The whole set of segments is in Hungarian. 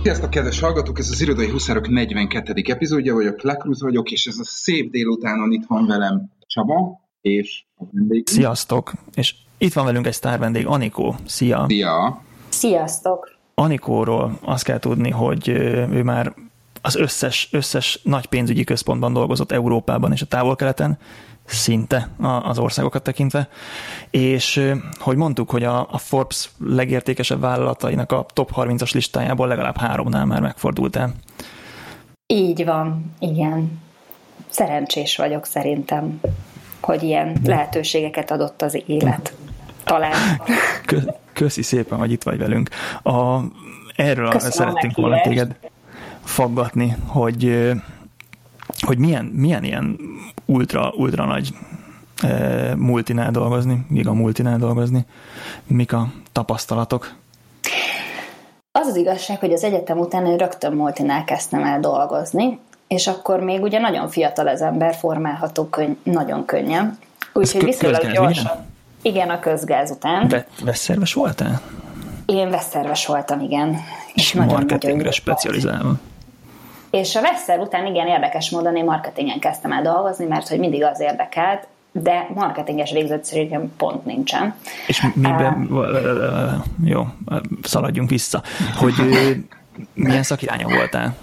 Sziasztok, kedves hallgatók! Ez az Irodai Huszárok 42. epizódja, vagyok, Lekruz vagyok, és ez a szép délutánon itt van velem Csaba, és a vendég. Sziasztok! És itt van velünk egy sztár vendég, Anikó. Szia! Szia! Sziasztok! Anikóról azt kell tudni, hogy ő már az összes nagy pénzügyi központban dolgozott Európában és a Távol-Keleten, szinte az országokat tekintve, és hogy mondtuk, hogy a Forbes legértékesebb vállalatainak a top 30-as listájából legalább 3-nál már megfordultál. Így van, igen. Szerencsés vagyok szerintem, hogy ilyen lehetőségeket adott az élet. Talán. Köszi szépen, hogy itt vagy velünk. Erről szerettünk volna téged faggatni, hogy milyen ilyen ultra nagy multinál dolgozni, giga multinál dolgozni, mik a tapasztalatok? Az az igazság, hogy az egyetem után én rögtön multinál kezdtem el dolgozni, és akkor még ugye nagyon fiatal az ember, formálható nagyon könnyen. Úgyhogy viszonylag gyorsan. Igen, a közgáz után. Veszszerves voltál? Én veszszerves voltam, igen. És marketingre specializálva. És a Vesszer után igen, érdekes módon én marketingen kezdtem el dolgozni, mert hogy mindig az érdekelt, de marketinges végzettségem pont nincsen. És miben, jó, szaladjunk vissza, hogy milyen szakirányon voltál?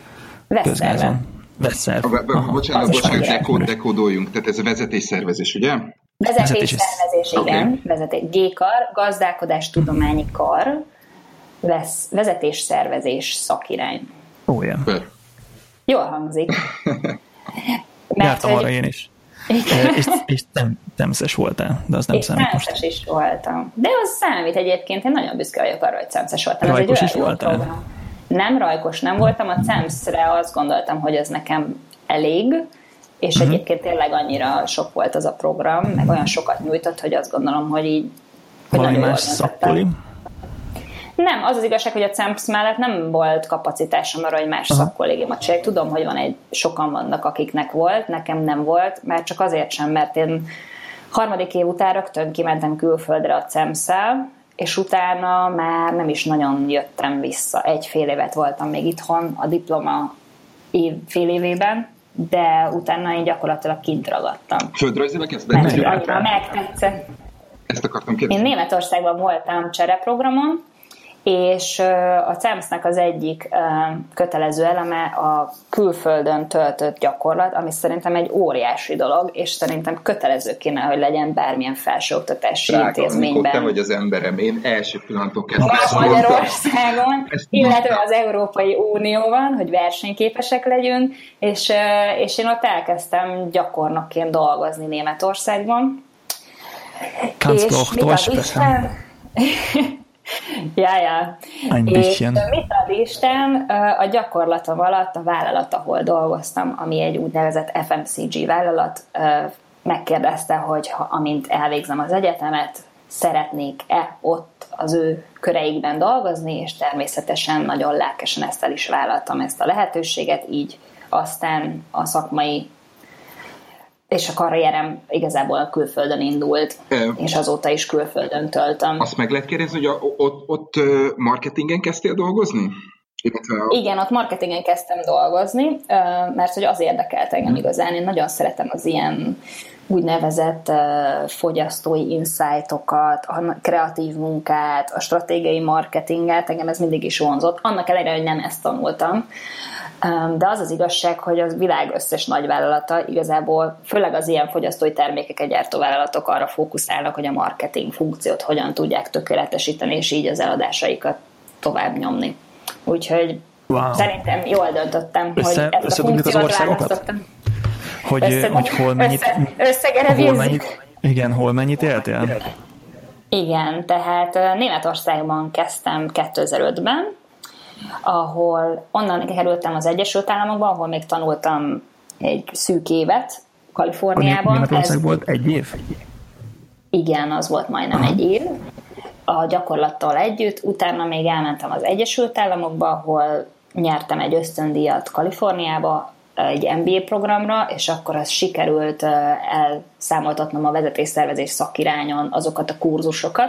Vesszer. Bocsánat, dekódoljunk, tehát ez a vezetésszervezés, ugye? Vezetésszervezés, igen. G-kar, gazdálkodás tudományi kar, vezetésszervezés szakirány. Ó, igen. Jól hangzik. Jártam arra én is. És temszes voltál, de az nem számít most. Temszes is voltam. De az számít egyébként, én nagyon büszke vagyok arra, hogy temszes voltam. Rajkos is voltál? Nem, rajkos nem voltam, a CEMS-re azt gondoltam, hogy ez nekem elég, és egyébként tényleg annyira sok volt az a program, meg olyan sokat nyújtott, hogy azt gondolom, hogy így... Valami más szakkoli? Nem, az az igazság, hogy a CEMS mellett nem volt kapacitásom arra, hogy más szakkollégiumot csinálják. Tudom, hogy sokan vannak, akiknek volt, nekem nem volt, mert csak azért sem, mert én harmadik év után rögtön kimentem külföldre a CEMS-szel, és utána már nem is nagyon jöttem vissza. 1,5 évet voltam még itthon a diploma fél évében, de utána én gyakorlatilag kint ragadtam. Földrajzilag kezdve? Annyira megtetszett. Ezt akartam kérdezni. Én Németországban voltam csereprogramon, és a CEMS-nek az egyik kötelező eleme a külföldön töltött gyakorlat, ami szerintem egy óriási dolog, és szerintem kötelező kéne, hogy legyen bármilyen felsőoktatási intézményben. Te vagy az emberem, én első pillanattól kezdve Magyarországon, illetve az Európai Unióban, hogy versenyképesek legyünk, és én ott elkezdtem gyakornokként dolgozni Németországban. Kannst du auch Deutsch sprechen? Ja. Ein És bisschen. mit ad Isten, a gyakorlatom alatt a vállalat, ahol dolgoztam, ami egy úgynevezett FMCG vállalat, megkérdezte, hogy amint elvégzem az egyetemet, szeretnék-e ott az ő köreikben dolgozni, és természetesen nagyon lelkesen ezt el is vállaltam, ezt a lehetőséget, így aztán a szakmai és a karrierem igazából a külföldön indult, és azóta is külföldön töltöm. Azt meg lehet kérdezni, hogy ott marketingen kezdtél dolgozni? Igen, ott marketingen kezdtem dolgozni, mert hogy az érdekelt engem igazán. Én nagyon szeretem az ilyen úgynevezett fogyasztói insightokat, a kreatív munkát, a stratégiai marketinget, engem ez mindig is vonzott. Annak ellenére, hogy nem ezt tanultam. De az az igazság, hogy a világ összes nagyvállalata igazából, főleg az ilyen fogyasztói termékeket gyártó vállalatok arra fókuszálnak, hogy a marketing funkciót hogyan tudják tökéletesíteni, és így az eladásaikat tovább nyomni. Úgyhogy szerintem jól döntöttem, hogy ezt a funkciót választottam. Hogy hol mennyit éltél? Igen, tehát Németországban kezdtem 2005-ben, ahol onnan kerültem az Egyesült Államokba, ahol még tanultam egy szűk évet Kaliforniában. Németország volt 1 év? Igen, az volt majdnem 1 év. A gyakorlattal együtt, utána még elmentem az Egyesült Államokba, ahol nyertem egy ösztöndíjat Kaliforniába, egy MBA programra, és akkor az sikerült elszámoltatnom a vezetésszervezés szakirányon azokat a kurzusokat,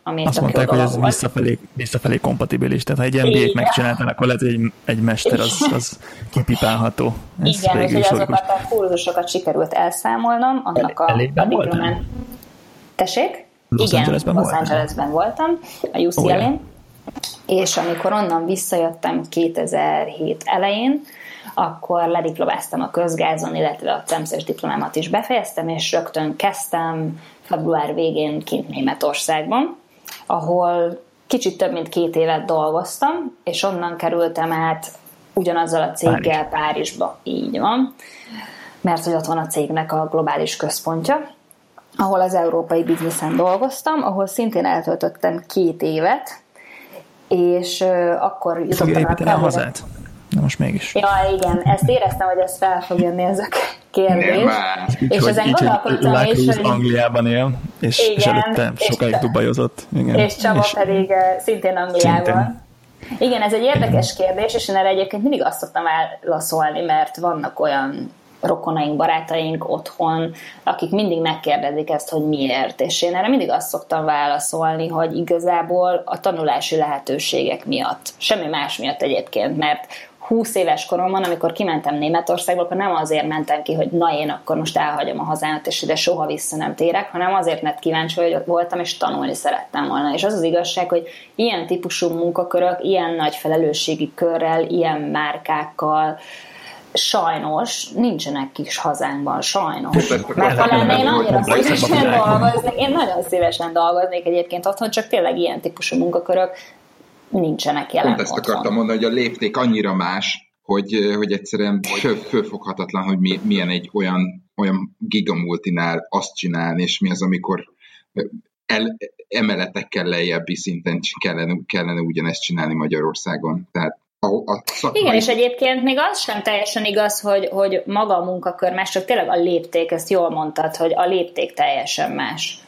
ami azt mondták, hogy ez visszafelé kompatibilis, tehát ha egy MBA-t megcsináltál, akkor lehet, hogy egy mester az kipipálható. Igen, úgyhogy azokat a kurzusokat sikerült elszámolnom, annak a diplomán. Tessék? Los Angelesben voltam, a UCLA-n, és amikor onnan visszajöttem 2007 elején, akkor lediplomáztam a közgázon, illetve a CEMSZ-es diplomámat is befejeztem, és rögtön kezdtem február végén kint Németországban, ahol kicsit több mint 2 évet dolgoztam, és onnan kerültem át ugyanazzal a céggel Párizsba. Így van, mert hogy ott van a cégnek a globális központja, ahol az európai bizniszen dolgoztam, ahol szintén eltöltöttem 2 évet, és akkor jutottam a hazát. Na most mégis. Ja, igen, ezt éreztem, hogy ez fel fog jönni ez a kérdés. És ezen gondolkodtam is, hogy Angliában él, és előtte sokáig dubajozott. Igen. És Csaba pedig szintén Angliában. Igen, ez egy érdekes kérdés, és én erre egyébként mindig azt szoktam válaszolni, mert vannak olyan rokonaink, barátaink otthon, akik mindig megkérdezik ezt, hogy miért. És én erre mindig azt szoktam válaszolni, hogy igazából a tanulási lehetőségek miatt. Semmi más miatt egyébként, mert 20 éves koromban, amikor kimentem Németországba, akkor nem azért mentem ki, hogy na én akkor most elhagyom a hazámat, és ide soha vissza nem térek, hanem azért, mert kíváncsi voltam, és tanulni szerettem volna. És az az igazság, hogy ilyen típusú munkakörök, ilyen nagy felelősségi körrel, ilyen márkákkal, sajnos nincsenek kis hazánkban, sajnos. Mert ha lenne, én annyira szívesen dolgoznék, én nagyon szívesen dolgoznék egyébként otthon, csak tényleg ilyen típusú munkakörök nincsenek jelen otthon. Pont ezt akartam mondani, hogy a lépték annyira más, hogy egyszerűen fölfoghatatlan, hogy milyen egy olyan gigamultinál azt csinálni, és mi az, amikor emeletekkel lejjebbi szinten kellene ugyanezt csinálni Magyarországon. Tehát igen, és egyébként még az sem teljesen igaz, hogy maga a munkakör más, csak tényleg a lépték, ezt jól mondtad, hogy a lépték teljesen más.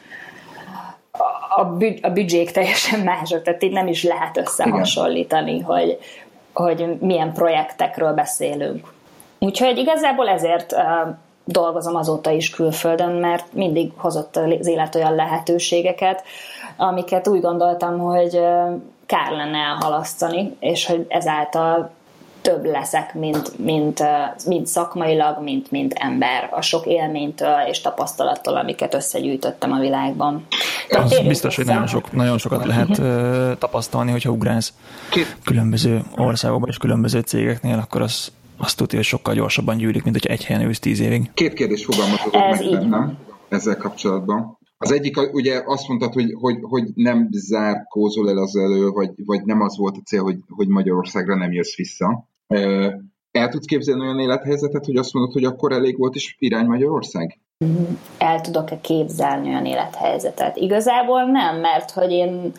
A büdzsék teljesen mások, tehát így nem is lehet összehasonlítani, hogy milyen projektekről beszélünk. Úgyhogy igazából ezért dolgozom azóta is külföldön, mert mindig hozott az élet olyan lehetőségeket, amiket úgy gondoltam, hogy kár lenne elhalasztani, és hogy ezáltal több leszek, mint szakmailag, mint ember, a sok élménytől és tapasztalattól, amiket összegyűjtöttem a világban. Az biztos, hogy nagyon sokat lehet tapasztalni, hogyha ugrálsz különböző országokban és különböző cégeknél, akkor azt tudja, hogy sokkal gyorsabban gyűlik, mint hogyha egy helyen ülsz 10 évig. 2 kérdés fogalmazódott meg bennem ezzel kapcsolatban. Az egyik, ugye azt mondtad, hogy nem zárkózol el az elő, vagy nem az volt a cél, hogy Magyarországra nem jössz vissza. El tudsz képzelni olyan élethelyzetet, hogy azt mondod, hogy akkor elég volt, és irány Magyarország? El tudok-e képzelni olyan élethelyzetet? Igazából nem, mert hogy én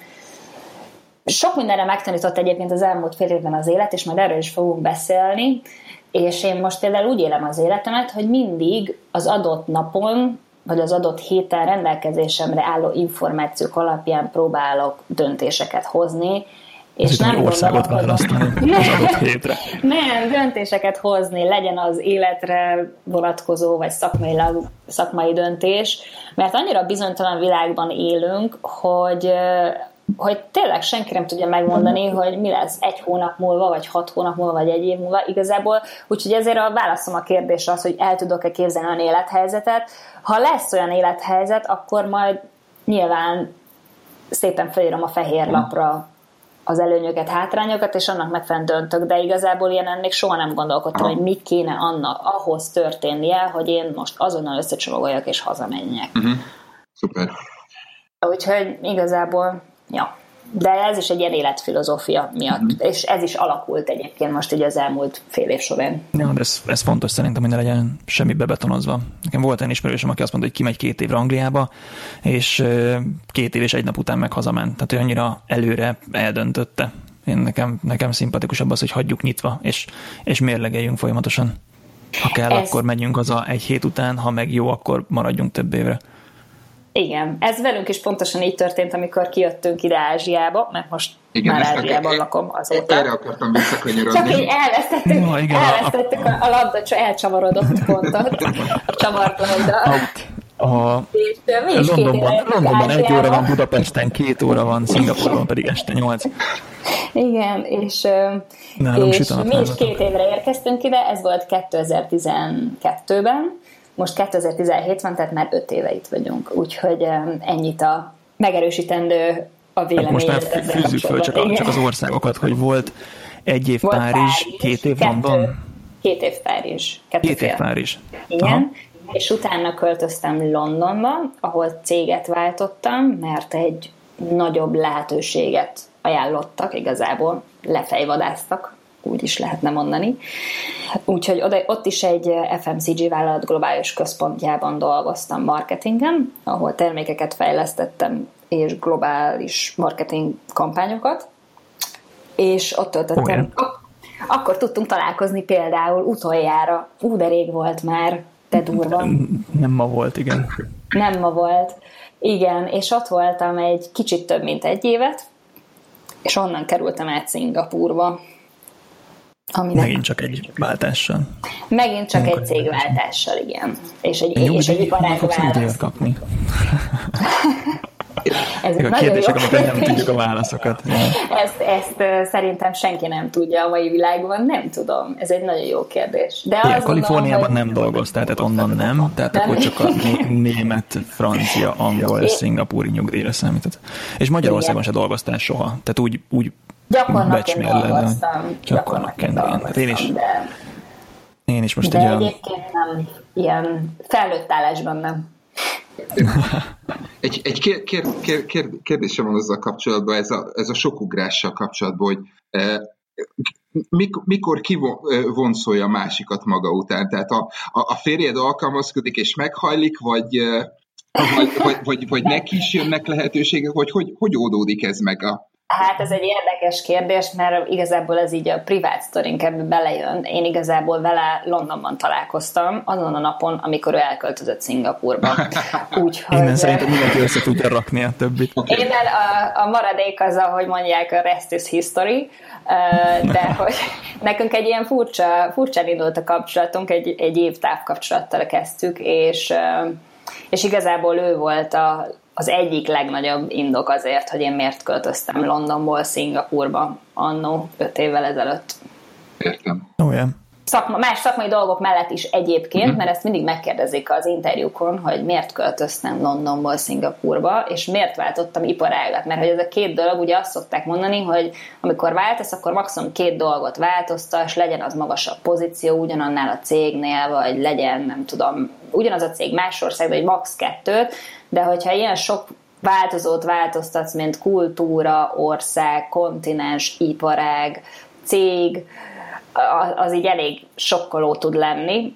sok mindenre megtanított egyébként az elmúlt fél évben az élet, és majd erről is fogunk beszélni, és én most például úgy élem az életemet, hogy mindig az adott napon vagy az adott héten rendelkezésemre álló információk alapján próbálok döntéseket hozni, és nem országot választani az adott hétre. Nem, döntéseket hozni, legyen az életre vonatkozó, vagy szakmai döntés, mert annyira bizonytalan világban élünk, hogy tényleg senki nem tudja megmondani, hogy mi lesz 1 hónap múlva, vagy 6 hónap múlva, vagy 1 év múlva igazából. Úgyhogy ezért a válaszom a kérdésre az, hogy el tudok-e képzelni olyan élethelyzetet. Ha lesz olyan élethelyzet, akkor majd nyilván szépen felírom a fehér lapra az előnyöket, hátrányokat, és annak megfelelően döntök, de igazából ilyen még soha nem gondolkodtam, hogy mit kéne ahhoz történnie, hogy én most azonnal összecsomagoljak és hazamenjek. Szuper. Úgyhogy igazából, ja. De ez is egy ilyen életfilozófia miatt, és ez is alakult egyébként most így az elmúlt fél év során. Ja, de ez fontos szerintem, hogy ne legyen semmi bebetonozva. Nekem volt egy ismerősöm, aki azt mondta, hogy kimegy 2 évre Angliába, és 2 év és 1 nap után meg hazament. Tehát, hogy annyira előre eldöntötte. Nekem szimpatikusabb az, hogy hagyjuk nyitva, és mérlegeljünk folyamatosan. Ha kell, akkor menjünk haza 1 hét után, ha meg jó, akkor maradjunk több évre. Igen, ez velünk is pontosan így történt, amikor kijöttünk ide Ázsiába, mert most igen, már Ázsiában lakom azóta. Erre akartam visszakanyarodni. Csak így elvesztettük a labda, elcsavarodott pontot, a csavartonodra. Londonban 1 óra van, Budapesten 2 óra van, Szingapurban pedig este 8. Igen, és mi is 2 évre érkeztünk ide, ez volt 2012-ben, most 2017 van, tehát már 5 éve itt vagyunk, úgyhogy ennyit a megerősítendő a véleményet. Hát most már fűzzük föl csak az országokat, hogy volt 1 év volt Párizs, 2 év London? 2 év Párizs. 2 év Párizs. Igen. Aha. És utána költöztem Londonba, ahol céget váltottam, mert egy nagyobb lehetőséget ajánlottak, igazából lefejvadáztak, úgy is lehetne mondani. Úgyhogy ott is egy FMCG vállalat globális központjában dolgoztam marketingen, ahol termékeket fejlesztettem, és globális marketing kampányokat, és ott töltöttem. Akkor tudtunk találkozni például utoljára. De rég volt már, de durva. Nem ma volt, igen. Nem ma volt. Igen, és ott voltam egy kicsit több mint 1 évet, és onnan kerültem át Szingapúrba. Megint csak egy váltással. Megint csak egy cégváltással, igen. És egy iparágválasz. Kapni. Ez a kérdések, amiket nem tudjuk a válaszokat. Ezt szerintem senki nem tudja a mai világban, nem tudom. Ez egy nagyon jó kérdés. De igen, Kaliforniában nem dolgoztál, tehát onnan nem, tehát akkor csak a német, francia, angol és szingapúri nyugdíjra számított. És Magyarországon se dolgoztál soha, tehát úgy gyakornokként dolgoztam. Én is most de egyébként nem, ilyen felnőtt állásban nem. Egy kérdésem van azzal kapcsolatban, ez a sokugrással kapcsolatban, hogy mikor kivonszolja a másikat maga után? Tehát a férjed alkalmazkodik és meghajlik, vagy neki is jönnek lehetőségek, vagy hogy oldódik ez meg Hát ez egy érdekes kérdés, mert igazából ez így a privát sztorink ebbe belejön. Én igazából vele Londonban találkoztam, azon a napon, amikor ő elköltözött Szingapúrba. Úgyhogy... Innen szerintem mindenki össze tudja rakni a többit. Innen a maradék az, ahogy mondják, a rest is history, de hogy nekünk egy ilyen furcsán indult a kapcsolatunk, egy év távkapcsolattal kezdtük, és igazából ő volt az egyik legnagyobb indok azért, hogy én miért költöztem Londonból Szingapúrba annó 5 évvel ezelőtt. Értem. Más szakmai dolgok mellett is egyébként, mert ezt mindig megkérdezik az interjúkon, hogy miért költöztem Londonból Szingapúrba, és miért váltottam iparágat. Mert hogy ez a 2 dolog, ugye azt szokták mondani, hogy amikor váltasz, akkor maximum 2 dolgot változtass, legyen az magasabb pozíció ugyanannál a cégnél, vagy legyen, nem tudom, ugyanaz a cég más országban, vagy max. 2, de hogyha ilyen sok változót változtatsz, mint kultúra, ország, kontinens, iparág, cég, az így elég sokkoló tud lenni.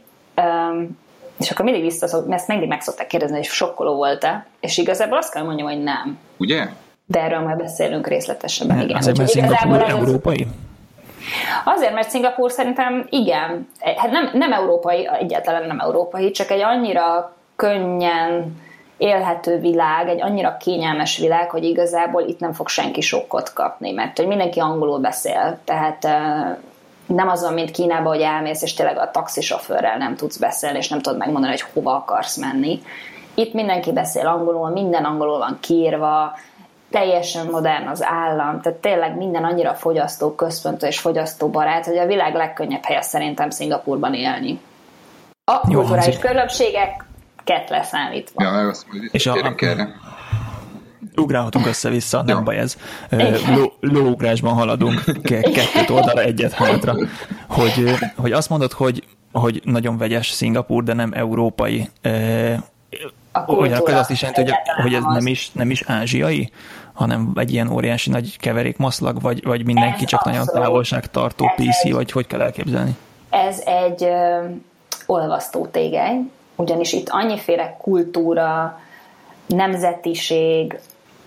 És akkor ezt mindig meg szokták kérdezni, hogy sokkoló volt-e, és igazából azt kell mondjam, hogy nem. Ugye? De erről majd beszélünk részletesebben, igen. Azért, mert Szingapúr európai? Azért, mert Szingapúr szerintem igen. Hát nem európai, egyáltalán nem európai, csak egy annyira könnyen élhető világ, egy annyira kényelmes világ, hogy igazából itt nem fog senki sokkot kapni, mert hogy mindenki angolul beszél, tehát nem az van, mint Kínában, hogy elmész, és tényleg a taxisofőrrel nem tudsz beszélni, és nem tudod megmondani, hogy hova akarsz menni. Itt mindenki beszél angolul, minden angolul van kiírva, teljesen modern az állam, tehát tényleg minden annyira fogyasztóközpontú és fogyasztóbarát, hogy a világ legkönnyebb helye szerintem Szingapúrban élni. A kulturális különbségeket leszámítva. Ja, és ugrálhatunk össze-vissza, nem baj ez. Lóugrásban haladunk 2 oldalra, 1 hátra. Hogy azt mondod, hogy nagyon vegyes Szingapúr, de nem európai. Akkor azt is jelenti, hogy ez nem is ázsiai, hanem egy ilyen óriási nagy keverékmaszlag, vagy mindenki ez csak abszolút nagyon távolságtartó PC, vagy hogy kell elképzelni? Ez egy olvasztó tégely, ugyanis itt annyiféle kultúra, nemzetiség,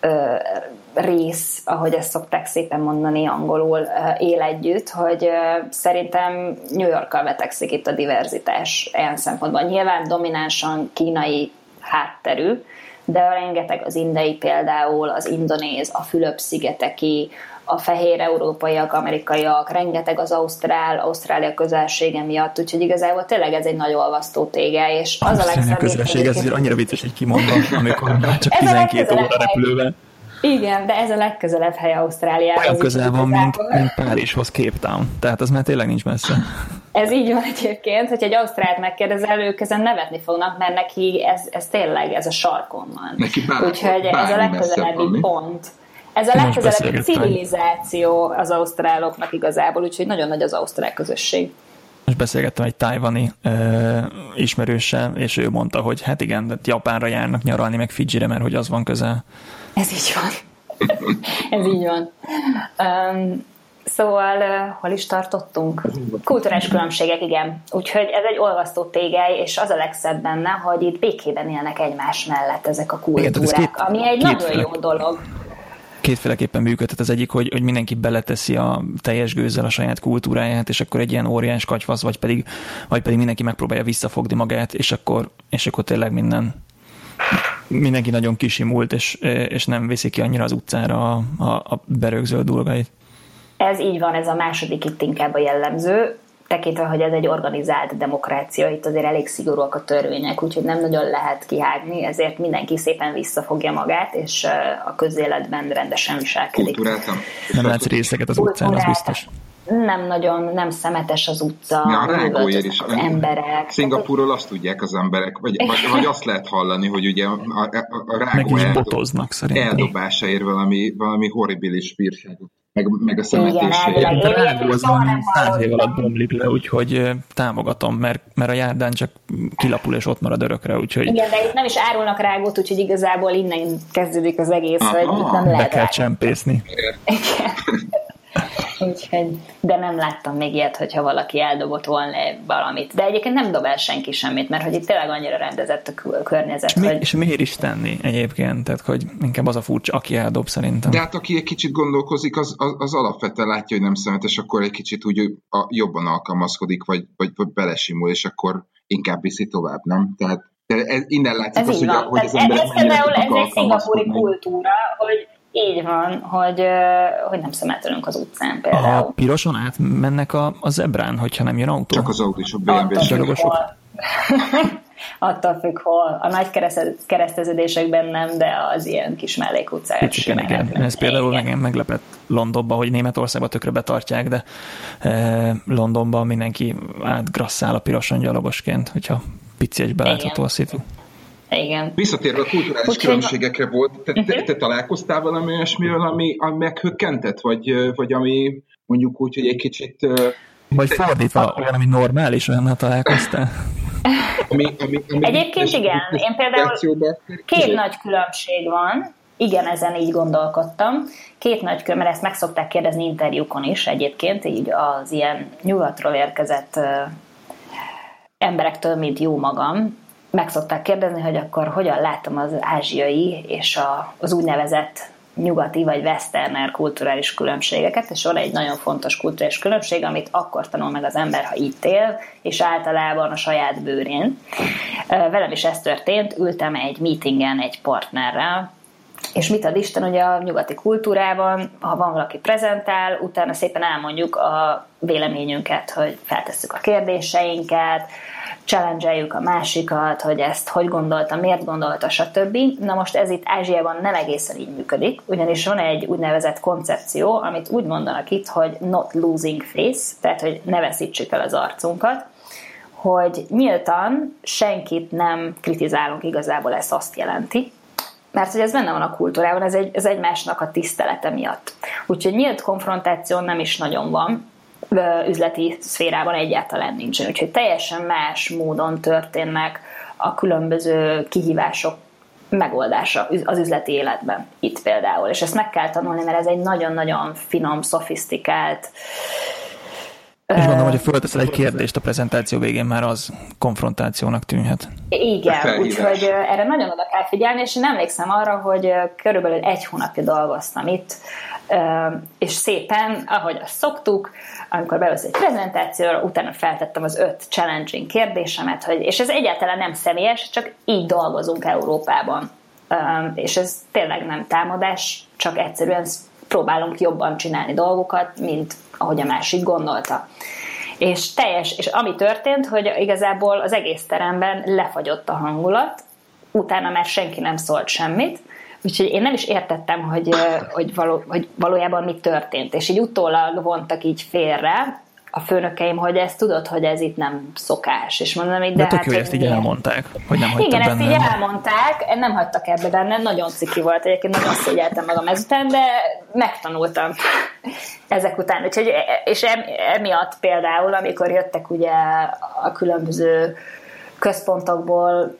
rész, ahogy ezt szokták szépen mondani angolul, él együtt, hogy szerintem New Yorkkal vetekszik itt a diverzitás ilyen szempontból. Nyilván dominánsan kínai hátterű, de rengeteg az indiai például, az indonéz, a Fülöp-szigeteki, a fehér európaiak, amerikaiak, rengeteg az Ausztrália közelsége miatt, úgyhogy igazából tényleg ez egy nagy olvasztó tége, és az a legszebb... A közelség, ez azért annyira vicces egy kimondva, amikor csak 12 óra repülővel. Igen, de ez a legközelebb hely Ausztráliához. Olyan közel van, mint Párizshoz Cape Town. Tehát az már tényleg nincs messze. Ez így van egyébként, hogyha egy ausztrált megkérdezel, ők ezen nevetni fognak, mert neki ez tényleg ez a sarkon van. Úgyhogy ez a legközelebbi pont. Ez a legközelebbi civilizáció az ausztráloknak igazából, úgyhogy nagyon nagy az ausztrál közösség. Most beszélgettem egy tájvani ismerőssel, és ő mondta, hogy hát igen, de Japánra járnak nyaralni, meg Fidzsire, mert hogy az van közel. Ez így van. Ez így van. Szóval hol is tartottunk? Kulturális különbségek, igen. Úgyhogy ez egy olvasztó tégely, és az a legszebb benne, hogy itt békében élnek egymás mellett ezek a kultúrák, igen, ami egy nagyon jó dolog. Kétféleképpen működhet. Az egyik, hogy mindenki beleteszi a teljes gőzzel a saját kultúráját, és akkor egy ilyen óriás katyvasz, vagy pedig mindenki megpróbálja visszafogni magát, és akkor tényleg mindenki nagyon kisimult, és nem viszi ki annyira az utcára a berögzölt dolgait. Ez így van, ez a második itt inkább a jellemző, tekintve, hogy ez egy organizált demokrácia, itt azért elég szigorúak a törvények, úgyhogy nem nagyon lehet kihágni, ezért mindenki szépen visszafogja magát, és a közéletben rendesen viselkedik. Kultúráltam. Nem látsz részeket az utcán, az biztos. Nem nagyon, nem szemetes az utca, is. Az emberek. Szingapúrról azt tudják az emberek, vagy azt lehet hallani, hogy ugye a rágó eldobásáért valami horribilis bírságot. Meg a szemetésére. De rágó az 100 év alatt bomlik le, úgyhogy támogatom, mert a járdán csak kilapul és ott marad örökre. Úgyhogy... Igen, de itt nem is árulnak rágót, úgyhogy igazából innen kezdődik az egész, hogy itt nem lehet be kell csempészni. Igen. Úgyhogy, de nem láttam még ilyet, hogyha valaki eldobott volna valamit. De egyébként nem dob el senki semmit, mert hogy itt tényleg annyira rendezett a környezet. És miért is tenni egyébként? Tehát, hogy inkább az a furcsa, aki eldob szerintem. De hát aki egy kicsit gondolkozik, az alapvetően látja, hogy nem szemetes, akkor egy kicsit úgy jobban alkalmazkodik, vagy belesimul, és akkor inkább viszi tovább, nem? Tehát innen látszik az, hogy az emberek mennyire tudnak alkalmazkodni. Ez egy szingapúri kultúra, hogy így van, hogy nem szemetelünk az utcán például. A piroson átmennek a zebrán, hogyha nem jön autó? Csak az autósok, BMW-sok. Attól függ, hol. A nagy kereszteződésekben nem, de az ilyen kis mellékutcák. Igen. Ez például engem meglepett Londonban, hogy Németországban tökre betartják, de Londonban mindenki átgrasszál a piroson gyalogosként, hogyha pici és belátható a szitu. Igen. Visszatérve a kulturális különbségekre volt, te találkoztál valami olyasmiről, ami meghökkentett, vagy ami mondjuk úgy, hogy egy kicsit... Vagy fordítva, olyan, ami normális, olyannal találkoztál? Egyébként igen. Én például két nagy különbség van. Igen, ezen így gondolkodtam. Két nagy különbség, mert ezt meg szokták kérdezni interjúkon is egyébként, így az ilyen nyugatról érkezett emberektől, mint jó magam, meg szokták kérdezni, hogy akkor hogyan látom az ázsiai és az úgynevezett nyugati vagy westerner kulturális különbségeket, és van egy nagyon fontos kulturális különbség, amit akkor tanul meg az ember, ha itt él, és általában a saját bőrén. Velem is ez történt, ültem egy meetingen egy partnerrel, és mit ad Isten, ugye a nyugati kultúrában, ha van valaki prezentál, utána szépen elmondjuk a véleményünket, hogy feltesszük a kérdéseinket, challenge-eljük a másikat, hogy ezt hogy gondolta, miért gondolta, stb. Na most ez itt Ázsiában nem egészen így működik, ugyanis van egy úgynevezett koncepció, amit úgy mondanak itt, hogy not losing face, tehát hogy ne veszítsük el az arcunkat, hogy nyíltan senkit nem kritizálunk, igazából ez azt jelenti, mert hogy ez benne van a kultúrában, ez egymásnak a tisztelete miatt. Úgyhogy nyílt konfrontáció nem is nagyon van, üzleti szférában egyáltalán nincsen. Úgyhogy teljesen más módon történnek a különböző kihívások megoldása az üzleti életben itt például. És ezt meg kell tanulni, mert ez egy nagyon-nagyon finom, szofisztikált. És gondolom, hogy fölteszel egy kérdést a prezentáció végén, már az konfrontációnak tűnhet. Igen, úgyhogy erre nagyon oda kell figyelni, és én emlékszem arra, hogy körülbelül 1 hónapja dolgoztam itt, és szépen, ahogy azt szoktuk, amikor beülsz egy prezentációra, utána feltettem az 5 challenging kérdésemet, és ez egyáltalán nem személyes, csak így dolgozunk Európában. és ez tényleg nem támadás, csak egyszerűen próbálunk jobban csinálni dolgokat, mint ahogy a másik gondolta. És ami történt, hogy igazából az egész teremben lefagyott a hangulat, utána már senki nem szólt semmit, úgyhogy én nem is értettem, hogy valójában mi történt. És így utólag vontak így félre a főnökeim, hogy ezt tudod, hogy ez itt nem szokás. És mondom, hogy de tök jó, ezt így elmondták, hogy nem hagytak igen, benne. ezt így elmondták, nem hagytak ebbe benne, nagyon ciki volt, egyébként nagyon szégyeltem magam ezután, de megtanultam ezek után. Úgyhogy, és emiatt például, amikor jöttek ugye a különböző központokból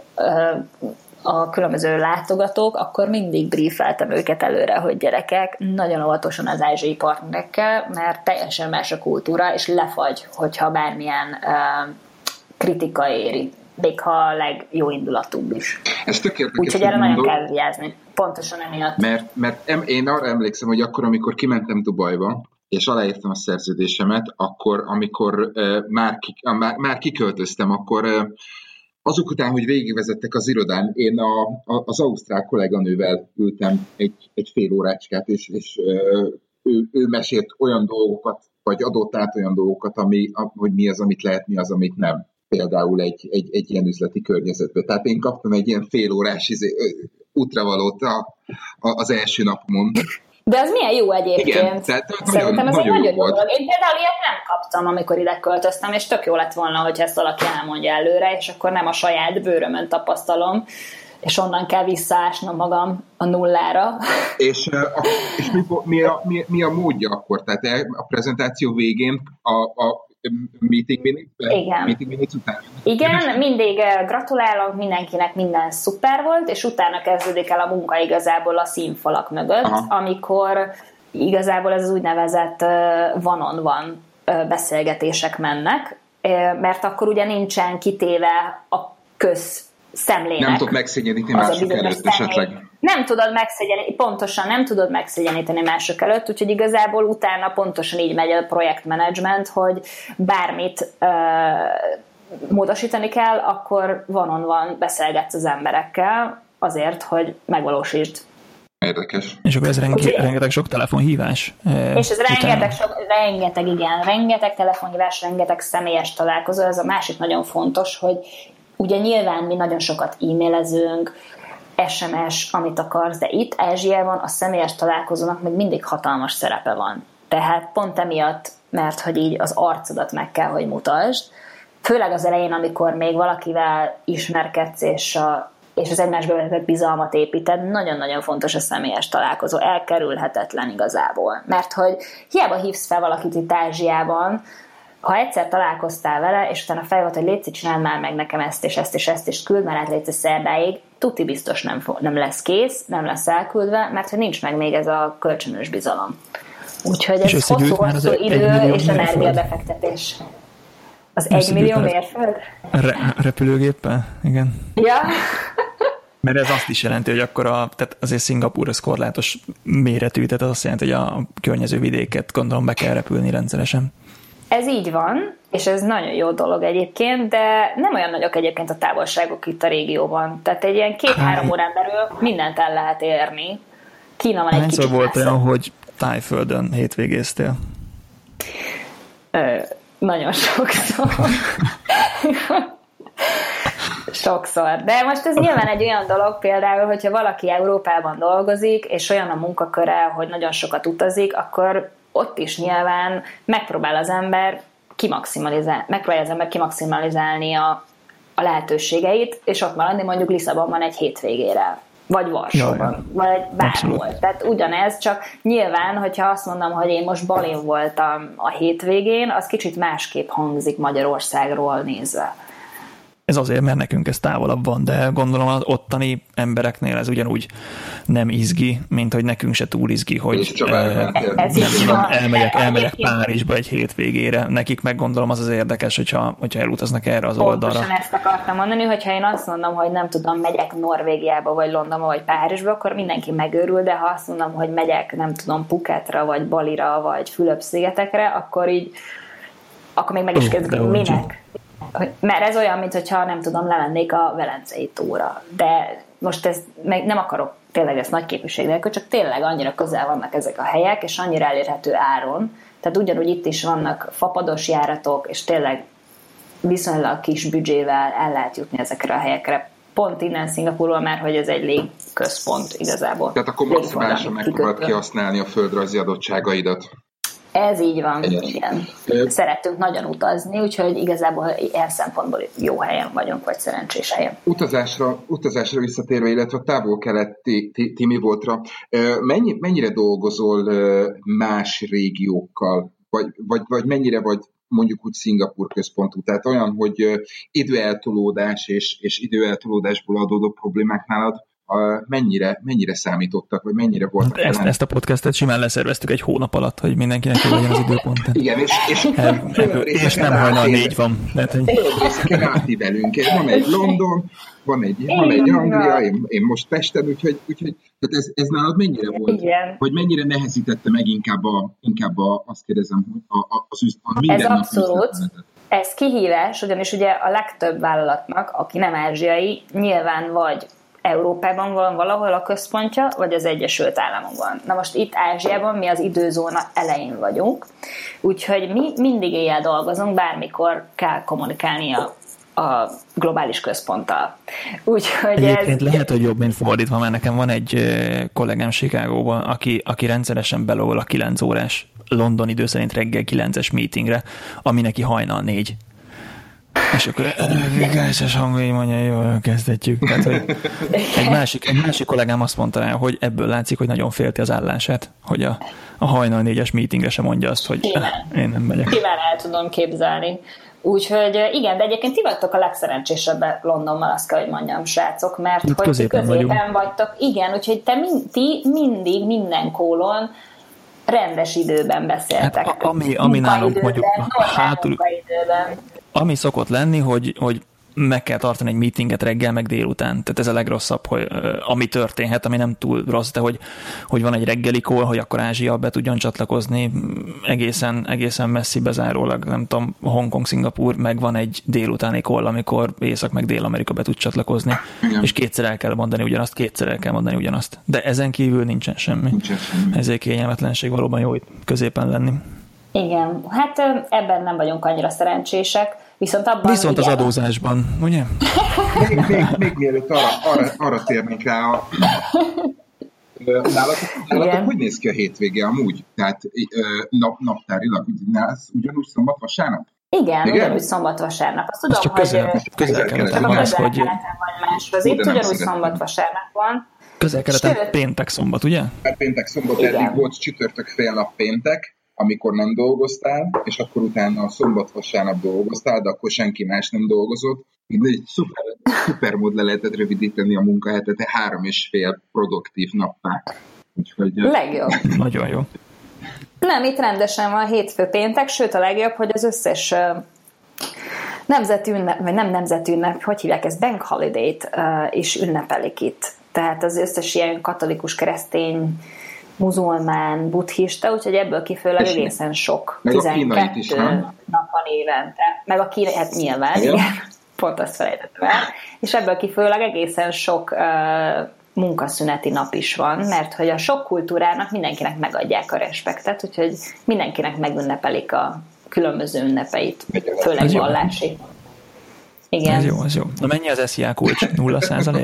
a különböző látogatók, akkor mindig briefeltem őket előre, hogy gyerekek, nagyon óvatosan az ázsiai partnerekkel, mert teljesen más a kultúra, és lefagy, hogyha bármilyen kritika éri, még ha a legjobb indulatúbb is. Ez tök érdekes. Úgyhogy erre nagyon kell vigyázni. Pontosan emiatt. Mert én arra emlékszem, hogy akkor, amikor kimentem Dubajba, és aláírtam a szerződésemet, akkor, amikor már kiköltöztem, akkor azok után, hogy végigvezettek az irodán, én az ausztrál kolléganővel ültem egy fél órácskát, és ő mesélt olyan dolgokat, vagy adott át olyan dolgokat, hogy mi az, amit lehet, mi az, amit nem. Például egy ilyen üzleti környezetben. Tehát én kaptam egy ilyen fél órás útravalót az első napomon. De az milyen jó egyébként. Igen, tehát szerintem ez nagyon egy nagyon jó volt. dolog. Én például ilyet nem kaptam, amikor ide költöztem, és tök jó lett volna, hogyha ezt valaki elmondja előre, és akkor nem a saját bőrömön tapasztalom, és onnan kell visszaásnom magam a nullára. És mi a módja akkor? Tehát a prezentáció végén a meeting minutes után? Igen, mindig gratulálok mindenkinek, minden szuper volt, és utána kezdődik el a munka igazából a színfalak mögött, amikor igazából ez az úgynevezett one-on-one beszélgetések mennek, mert akkor ugye nincsen kitéve a közszemlének. Nem tudod megszégyeníteni mások előtt esetleg. Nem tudod megszégyeníteni, pontosan nem tudod megszégyeníteni mások előtt, úgyhogy igazából utána pontosan így megy a projektmenedzsment, hogy bármit módosítani kell, akkor van beszélgetsz az emberekkel azért, hogy megvalósítsd. Érdekes. És akkor ez rengeteg sok telefonhívás. És ez rengeteg telefonhívás, rengeteg személyes találkozó. Ez a másik nagyon fontos, hogy ugye nyilván mi nagyon sokat e-mailezünk, SMS, amit akarsz, de itt Ázsiában a személyes találkozónak még mindig hatalmas szerepe van. Tehát pont emiatt, mert hogy így az arcodat meg kell, hogy mutasd. Főleg az elején, amikor még valakivel ismerkedsz, és az egymásba vetett bizalmat építed, nagyon-nagyon fontos a személyes találkozó, elkerülhetetlen igazából. Mert hogy hiába hívsz fel valakit itt Ázsiában, ha egyszer találkoztál vele, és utána fel volt, hogy létszik, csináld már meg nekem ezt és ezt és ezt, és küld már át létszik szerdáig, tuti biztos nem lesz kész, nem lesz elküldve, mert hogy nincs meg még ez a kölcsönös bizalom. Úgyhogy ez hosszú idő és energiabefektetés. Az 1 millió mérföld? Repülőgéppel? Igen. Ja. Mert ez azt is jelenti, hogy akkor tehát azért Szingapúr az korlátos méretű, tehát az azt jelenti, hogy a környező vidéket gondolom be kell repülni rendszeresen. Ez így van, és ez nagyon jó dolog egyébként, de nem olyan nagyok egyébként a távolságok itt a régióban. Tehát egy ilyen 2-3 órán belül mindent el lehet érni. Kína van egy kicsit messze. Volt olyan, hogy Tájföldön hétvégéztél? Nagyon sokszor. Sokszor. De most ez nyilván egy olyan dolog például, hogyha valaki Európában dolgozik, és olyan a munkaköre, hogy nagyon sokat utazik, akkor ott is nyilván megpróbálja az ember kimaximalizálni a lehetőségeit, és ott maradni mondjuk Lisszabonban egy hétvégére, vagy Varsóban, vagy bárhol. Tehát ugyanez, csak nyilván, hogyha azt mondom, hogy én most Balin voltam a hétvégén, az kicsit másképp hangzik Magyarországról nézve. Ez azért, mert nekünk ez távolabb van, de gondolom az ottani embereknél ez ugyanúgy nem izgi, mint hogy nekünk se túl izgi, hogy elmegyek Párizsba egy hétvégére. Nekik meg gondolom az érdekes, hogyha elutaznak erre az oldalra. Pontosan ezt akartam mondani, hogyha én azt mondom, hogy nem tudom, megyek Norvégiába, vagy Londonba, vagy Párizsba, akkor mindenki megőrül, de ha azt mondom, hogy megyek, nem tudom, Phuketra, vagy Balira, vagy Fülöp-szigetekre, akkor még meg is kezdődik, minek? Mert ez olyan, mintha nem tudom, lemennék a Velencei tóra. De most ez meg nem akarok tényleg ezt nagy képviség nélkül, csak tényleg annyira közel vannak ezek a helyek, és annyira elérhető áron. Tehát ugyanúgy itt is vannak fapados járatok, és tényleg viszonylag kis büdzsével el lehet jutni ezekre a helyekre. Pont innen Szingapúrról már, hogy ez egy légközpont igazából. Tehát akkor maximálisan megpróbáld kihasználni a földrajzi adottságaidat. Ez így van, igen. Szerettünk nagyon utazni, úgyhogy igazából ilyen szempontból jó helyen vagyunk, vagy szerencsés helyen. Utazásra visszatérve, illetve a távol-keleti Timi voltra, mennyire dolgozol más régiókkal, vagy mennyire vagy mondjuk úgy Szingapúr központú, tehát olyan, hogy időeltolódás és időeltolódásból adódó problémák nálad mennyire számítottak, vagy mennyire voltak? Ezt a podcastet simán leszerveztük egy hónap alatt, hogy mindenkinek jó legyen az időpont. Igen, és nem hajnal 4 van. Részeken átívelünk. Van egy London, van egy Anglia, én most Pesten, úgyhogy ez nálad mennyire volt? Igen. Vagy mennyire nehezítette meg inkább azt kérdezem, a mindennapi. Ez abszolút. Ez kihívás, ugyanis ugye a legtöbb vállalatnak, aki nem ázsiai, nyilván vagy Európában van valahol a központja, vagy az Egyesült Államokban. Na most itt Ázsiában mi az időzóna elején vagyunk, úgyhogy mi mindig éjjel dolgozunk, bármikor kell kommunikálni a globális központtal. Úgyhogy egyébként lehet, hogy jobb, mint fordítva, mert nekem van egy kollégám Chicagóban, aki rendszeresen belövöl a 9 órás London idő szerint reggel 9-es meetingre, ami neki hajnal 4. És akkor gályos hangja mondja, jól kezdhetjük. Tehát, hogy egy másik kollégám azt mondta rá, hogy ebből látszik, hogy nagyon félti az állását, hogy a hajnal 4-es meetingre sem mondja azt, hogy én nem megyek. Kíván el tudom képzelni. Úgyhogy igen, de egyébként ti vagytok a legszerencsésebbek Londonban, azt kell, hogy mondjam, srácok, mert itt hogy középen vagytok. Igen, úgyhogy ti mindig minden kólon rendes időben beszéltek. Hát, ami nálunk mondjuk hátul, ami szokott lenni, hogy meg kell tartani egy meetinget reggel, meg délután. Tehát ez a legrosszabb, hogy ami történhet, ami nem túl rossz, de hogy van egy reggeli call, hogy akkor Ázsia be tudjon csatlakozni egészen messzi bezárólag, nem tudom, Hongkong, Szingapúr, meg van egy délutáni call, amikor Észak meg Dél-Amerika be tud csatlakozni, és kétszer el kell mondani ugyanazt. De ezen kívül nincsen semmi. Ezért kényelmetlenség, valóban jó itt középen lenni. Igen, hát ebben nem vagyunk annyira szerencsések, viszont az adózásban, ugye? még mielőtt arra térnénk rá, nálatok hogy néz ki a hétvége amúgy? Tehát naptárilag ugyanúgy szombat-vasárnap? Igen, ugyanúgy szombat-vasárnap. Azt tudom, csak hogy közel-keleten van ez, hogy... Itt ugyanúgy szombat-vasárnap van. Közel-keleten péntek-szombat, ugye? Péntek-szombat, eddig volt csütörtök félnap péntek, amikor nem dolgoztál, és akkor utána a szombat-vasárnap dolgoztál, de akkor senki más nem dolgozott. Egy szuper mód le lehetett rövidíteni a munkahetet 3,5 produktív nappá. Úgyhogy... Legjobb. Nagyon jó. Nem, itt rendesen van hétfő péntek, sőt a legjobb, hogy az összes nemzeti ünnep, vagy nem nemzeti ünnep, hogy hívják ezt, bank holiday-t is ünnepelik itt. Tehát az összes ilyen katolikus, keresztény, muzulmán, buddhista, úgyhogy ebből kifőleg egészen sok. Meg 12 is, nap van évente. Meg a kínai, hát nyilván, igen. Pont azt felejtettem el. És ebből kifőleg egészen sok munkaszüneti nap is van, mert hogy a sok kultúrának mindenkinek megadják a respektet, úgyhogy mindenkinek megünnepelik a különböző ünnepeit, főleg vallási. Igen. Ez jó. Na mennyi az SZIA kulcs? 0%?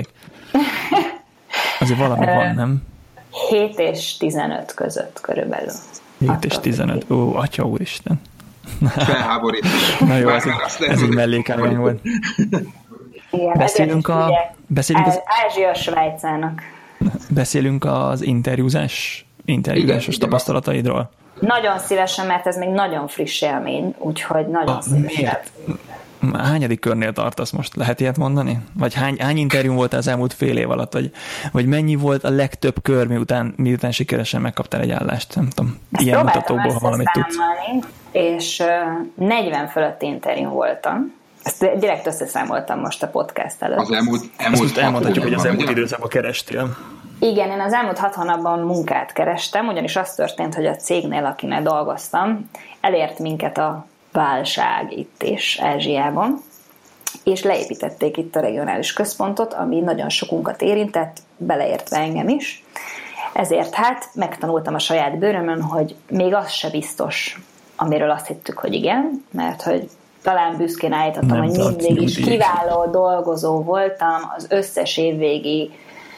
Azért valami van, nem? 7 és 15 között körülbelül. 7 és 15. Ó, atya úristen. Felháborít. Na jó, ez egy mellékelmény volt. Igen, beszélünk az Ázsia Svájcának. Beszélünk az interjúzásos tapasztalataidról. Nagyon szívesen, mert ez még nagyon friss élmény, úgyhogy nagyon szívesen. Miért? Hányadik körnél tartasz most? Lehet ilyet mondani? Vagy hány interjú volt az elmúlt fél év alatt? Vagy mennyi volt a legtöbb kör, miután sikeresen megkaptál egy állást? Nem tudom, ilyen mutatóból, ha valamit tudsz. És 40 fölötti interjú voltam. Ezt direkt összeszámoltam most a podcast előtt. Az elmúlt elmondhatjuk, hogy az elmúlt időszakban kerestél. Igen, én az elmúlt 6 hónapban munkát kerestem, ugyanis az történt, hogy a cégnél, akinek dolgoztam, elért minket a válság itt is, Ázsiában, és leépítették itt a regionális központot, ami nagyon sokunkat érintett, beleértve engem is. Ezért hát megtanultam a saját bőrömön, hogy még az se biztos, amiről azt hittük, hogy igen, mert hogy talán büszkén állítottam, hogy mindig is kiváló dolgozó voltam, az összes évvégi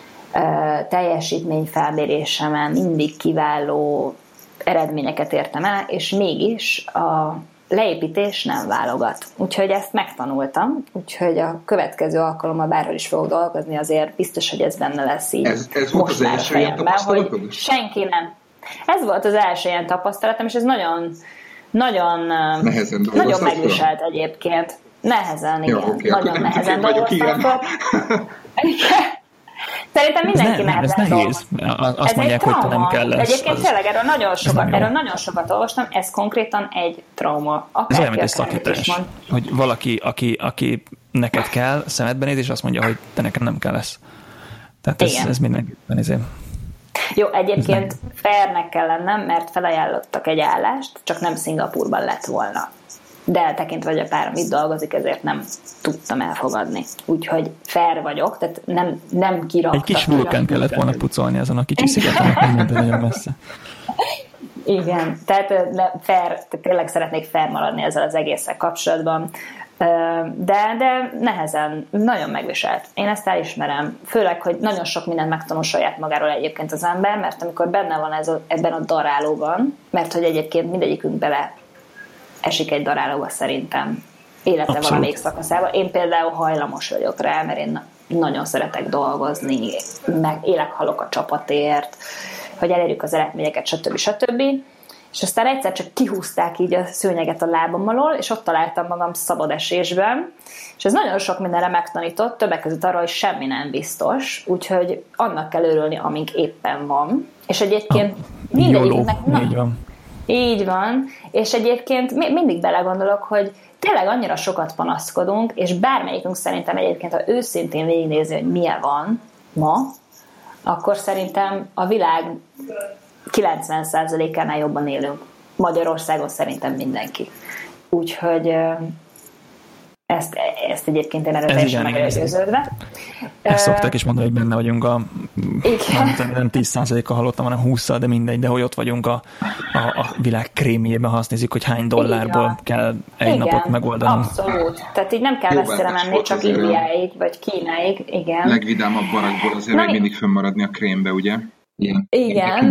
teljesítményfelmérésemen mindig kiváló eredményeket értem el, és mégis a leépítés nem válogat. Úgyhogy ezt megtanultam, úgyhogy a következő alkalommal bárhol is fogok dolgozni, azért biztos, hogy ez benne lesz így. Ez volt az első ilyen tapasztalatod? Senki nem. Ez volt az első ilyen tapasztalatom, és ez nagyon megviselt egyébként. Nehezen, igen. Jó, okay, nagyon nehezen dolgoztam fel. Szerintem mindenki nehezen ez nehéz. Azt mondják, hogy te nem kell lesz. Egyébként tényleg erről nagyon sokat olvastam, ez konkrétan egy trauma. Ez olyan, mint egy szakítás. Hogy valaki, aki neked kell, szemedbe néz, és azt mondja, hogy te nekem nem kell lesz. Tehát ez mindenképpen ezért. Jó, egyébként fairnek kell lennem, mert felajánlottak egy állást, csak nem Szingapúrban lett volna. De eltekintve, hogy a párom itt dolgozik, ezért nem tudtam elfogadni. Úgyhogy fair vagyok, tehát nem kiraktak. Egy kis vulkán kellett volna pucolni azon a kicsi szigeten, hogy nagyon messze. Igen, tehát tényleg szeretnék fair maradni ezzel az egésszel kapcsolatban. De nehezen, nagyon megviselt. Én ezt elismerem. Főleg, hogy nagyon sok mindent megtanul saját magáról egyébként az ember, mert amikor benne van ebben a darálóban, mert hogy egyébként mindegyikünk bele esik egy darálóba szerintem élete valamelyik szakaszában. Én például hajlamos vagyok rá, mert én nagyon szeretek dolgozni, meg élek-halok a csapatért, hogy elérjük az eredményeket, stb. És aztán egyszer csak kihúzták így a szőnyeget a lábam alól, és ott találtam magam szabad esésben, és ez nagyon sok mindenre megtanított, többek között arról, hogy semmi nem biztos, úgyhogy annak kell örülni, amink éppen van. És egyébként mindegyiknek... Így van, és egyébként mindig belegondolok, hogy tényleg annyira sokat panaszkodunk, és bármelyikünk szerintem egyébként, ha őszintén végignézi, hogy milyen van ma, akkor szerintem a világ 90%-ánál jobban élünk. Magyarországon szerintem mindenki. Úgyhogy ezt egyébként én erőteljesen meg vagyok győződve. Ezt szokták is mondani, hogy benne vagyunk nem 10%-a hallottam, hanem 20-szal, de mindegy, de hogy ott vagyunk a világ krémjében, ha azt nézzük, hogy hány dollárból kell egy napot megoldanunk. Abszolút. Tehát így nem kell messzire menni, csak Indiáig, vagy Kínáig. Igen. Legvidámabb barakból azért még mindig fönnmaradni a krémbe, ugye? Igen.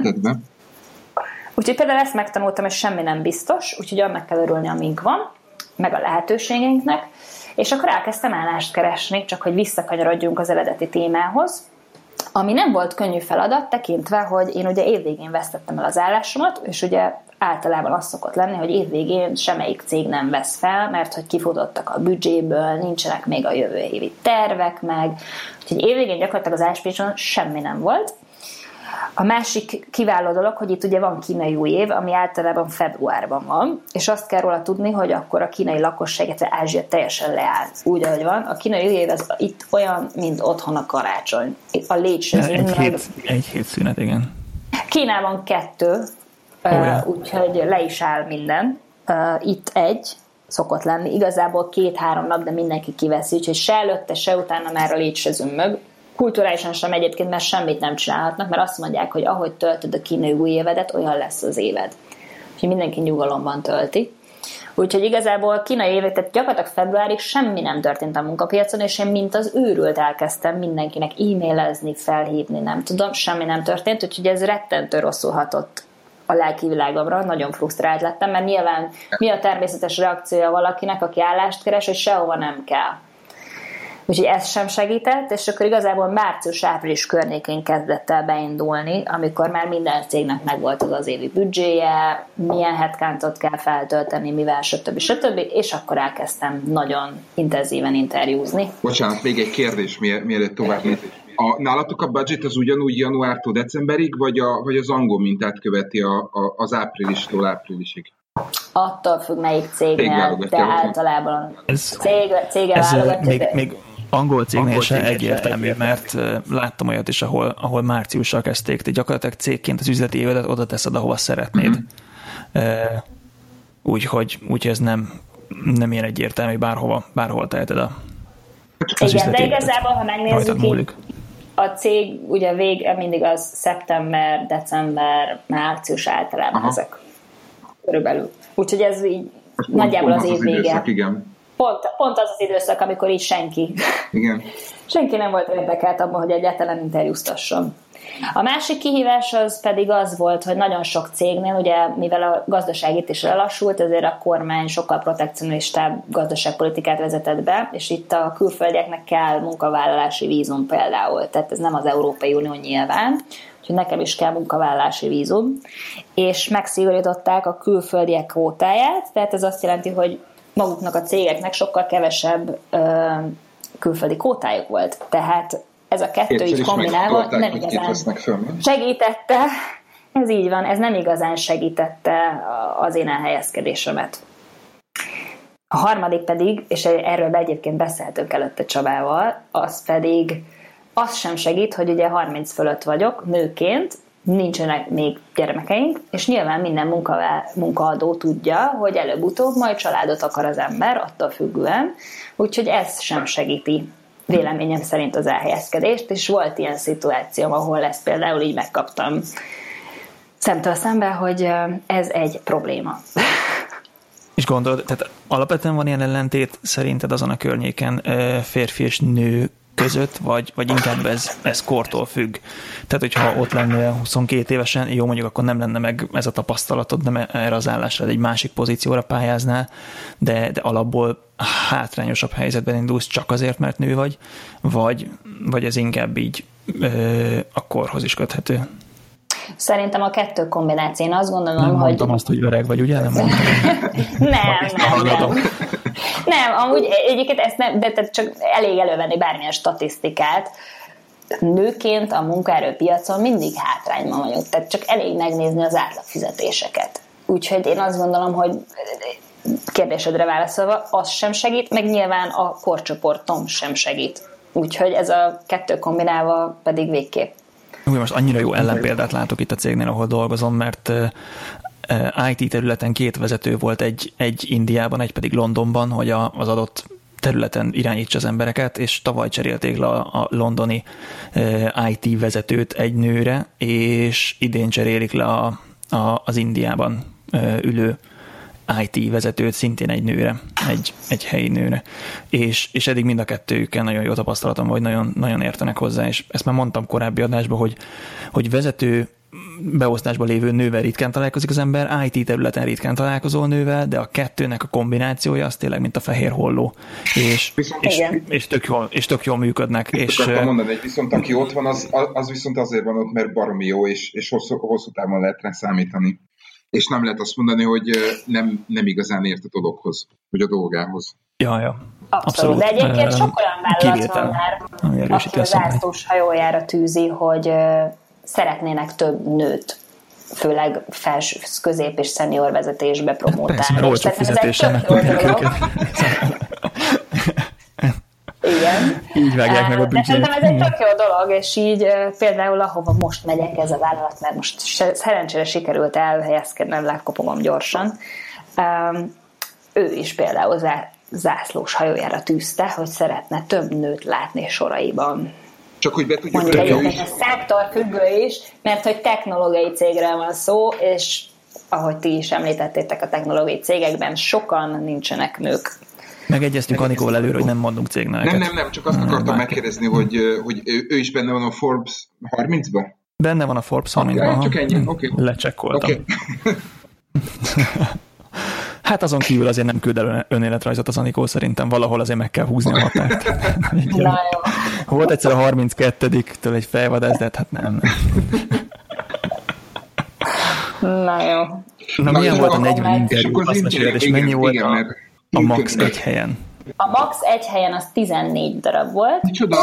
Úgyhogy például ezt megtanultam, hogy semmi nem biztos, úgyhogy annak kell örülni, amink van, meg a lehetőségeinknek, és akkor elkezdtem állást keresni, csak hogy visszakanyarodjunk az eredeti témához, ami nem volt könnyű feladat, tekintve, hogy én ugye évvégén vesztettem el az állásomat, és ugye általában az szokott lenni, hogy évvégén semmelyik cég nem vesz fel, mert hogy kifutottak a büdzséből, nincsenek még a jövő évi tervek meg, úgyhogy évvégén gyakorlatilag az álláspécson semmi nem volt. A másik kiváló dolog, hogy itt ugye van kínai új év, ami általában februárban van, és azt kell róla tudni, hogy akkor a kínai lakosság, illetve Ázsia teljesen leáll, úgy, ahogy van. A kínai új év az itt olyan, mint otthon a karácsony. A egy hét szünet, igen. Kínában 2, úgyhogy le is áll minden. Itt egy szokott lenni, igazából 2-3 nap, de mindenki kiveszi, úgyhogy se előtte, se utána már a légy se zümmög. Kulturálisan sem egyébként, mert semmit nem csinálhatnak, mert azt mondják, hogy ahogy töltöd a kínai új évedet, olyan lesz az éved. Úgyhogy mindenki nyugalomban tölti. Úgyhogy igazából kínai évet, tehát gyakorlatilag februárig semmi nem történt a munkapiacon, és én mint az őrült elkezdtem mindenkinek e-mailezni, felhívni, nem tudom, semmi nem történt, úgyhogy ez rettentő rosszul hatott a lelki világomra, nagyon frusztrált lettem, mert nyilván mi a természetes reakciója valakinek, aki állást keres, hogy sehova nem kell. Úgyhogy ez sem segített, és akkor igazából március-április környékén kezdett el beindulni, amikor már minden cégnek megvolt az évi büdzséje, milyen headcountot kell feltölteni, mivel, stb. És akkor elkezdtem nagyon intenzíven interjúzni. Bocsánat, még egy kérdés, mielőtt tovább nézzük. Nálatok a budget az ugyanúgy januártól decemberig, vagy az angol mintát követi az áprilistól áprilisig? Attól függ, melyik cégnél, de általában céggel válogatja. Még angol cégnél sem egyértelmű, mert láttam olyat is, ahol márciussal kezdték, te gyakorlatilag cégként az üzleti évedet oda teszed, ahova szeretnéd. Úgyhogy ez nem ilyen egyértelmű, bárhol teheted Igen, de igazából, ha megnézzük így, a cég ugye mindig az szeptember, december, március általában ezek körülbelül. Úgyhogy ez így nagyjából az év vége. Pont az időszak, amikor így senki nem volt érdekelt abban, hogy egyáltalán interjúztasson. A másik kihívás az pedig az volt, hogy nagyon sok cégnél, ugye mivel a gazdaság itt is lelassult, ezért a kormány sokkal protekcionistább gazdaságpolitikát vezetett be, és itt a külföldieknek kell munkavállalási vízum például, tehát ez nem az Európai Unió nyilván, úgyhogy nekem is kell munkavállalási vízum, és megszigorították a külföldiek kvótáját, tehát ez azt jelenti, hogy maguknak a cégeknek sokkal kevesebb külföldi kvótájuk volt, tehát ez a kettő így kombinálva nem igazán segítette, ez így van, ez nem igazán segítette az én elhelyezkedésemet. A harmadik pedig, és erről egyébként beszéltünk előtte Csabával, az pedig az sem segít, hogy ugye 30 fölött vagyok nőként, nincsenek még gyermekeink, és nyilván minden munkaadó tudja, hogy előbb-utóbb majd családot akar az ember, attól függően, úgyhogy ez sem segíti véleményem szerint az elhelyezkedést, és volt ilyen szituáció, ahol ezt például így megkaptam szemtől szembe, hogy ez egy probléma. És gondolod, tehát alapvetően van ilyen ellentét szerinted azon a környéken férfi és nő között, vagy inkább ez kortól függ? Tehát, hogyha ott lennél 22 évesen, jó, mondjuk akkor nem lenne meg ez a tapasztalatod, nem erre az állásra, egy másik pozícióra pályáznál, de alapból hátrányosabb helyzetben indulsz csak azért, mert nő vagy ez inkább így a korhoz is köthető? Szerintem a kettő kombináció. Én azt gondolom, nem hogy... Nem mondtam azt, hogy öreg vagy, ugye? Nem mondtam. Nem, amúgy egyébként ezt nem, de csak elég elővenni bármilyen statisztikát. Nőként a munkaerőpiacon mindig hátrányban vagyunk, tehát csak elég megnézni az átlagfizetéseket. Úgyhogy én azt gondolom, hogy kérdésedre válaszolva, az sem segít, meg nyilván a korcsoportom sem segít. Úgyhogy ez a kettő kombinálva pedig végképp. Most annyira jó ellenpéldát látok itt a cégnél, ahol dolgozom, mert IT területen 2 vezető volt, egy Indiában, egy pedig Londonban, hogy az adott területen irányítsa az embereket, és tavaly cserélték le a londoni IT vezetőt egy nőre, és idén cserélik le az Indiában ülő IT vezetőt szintén egy nőre, egy helyi nőre. És eddig mind a kettőjükkel nagyon jó tapasztalatom, vagy nagyon, nagyon értenek hozzá, és ezt már mondtam korábbi adásban, hogy vezető beosztásban lévő nővel ritkán találkozik az ember, IT területen ritkán találkozol nővel, de a kettőnek a kombinációja az tényleg, mint a fehér holló. És tök jól működnek. És akartam mondani, hogy viszont aki ott van, az viszont azért van ott, mert baromi jó, és hosszú távon lehet rá számítani. És nem lehet azt mondani, hogy nem igazán ért a dologhoz, vagy a dolgához. Ja. Abszolút. De egyébként sok olyan vállalat van már, aki az zászlós hajójára tűzi, hogy szeretnének több nőt, főleg felső, közép és szenior vezetésbe promotálni. Persze, olcsó fizetéssel őket. Igen. Így vágják meg a büdzsét. De szerintem ez egy tök jó dolog, és így például ahova most megyek ez a vállalat, mert most szerencsére sikerült elhelyezkednem, lekopogom gyorsan. Ő is például zászlós hajójára tűzte, hogy szeretne több nőt látni soraiban. Csak hogy be tudjuk mondjuk a szektor függő is, mert hogy technológiai cégről van szó, és ahogy ti is említettétek, a technológiai cégekben sokan nincsenek nők. Megegyeztünk Anikóval előre, hogy nem mondunk cégneveket. Nem, csak azt akartam megkérdezni, hogy ő is benne van a Forbes 30-ban? Benne van a Forbes 30-ban. Csak ennyi, oké. Lecsekkoltam. Okay. Hát azon kívül azért nem küld el önéletrajzot az Anikó, szerintem valahol azért meg kell húzni a határt. Volt egyszer a 32-től egy fejvadász, de hát nem. Na jó. Na milyen volt a 40 interjú? Azt meséld, és mennyi volt a max egy helyen? A max egy helyen az 14 darab volt. Micsoda?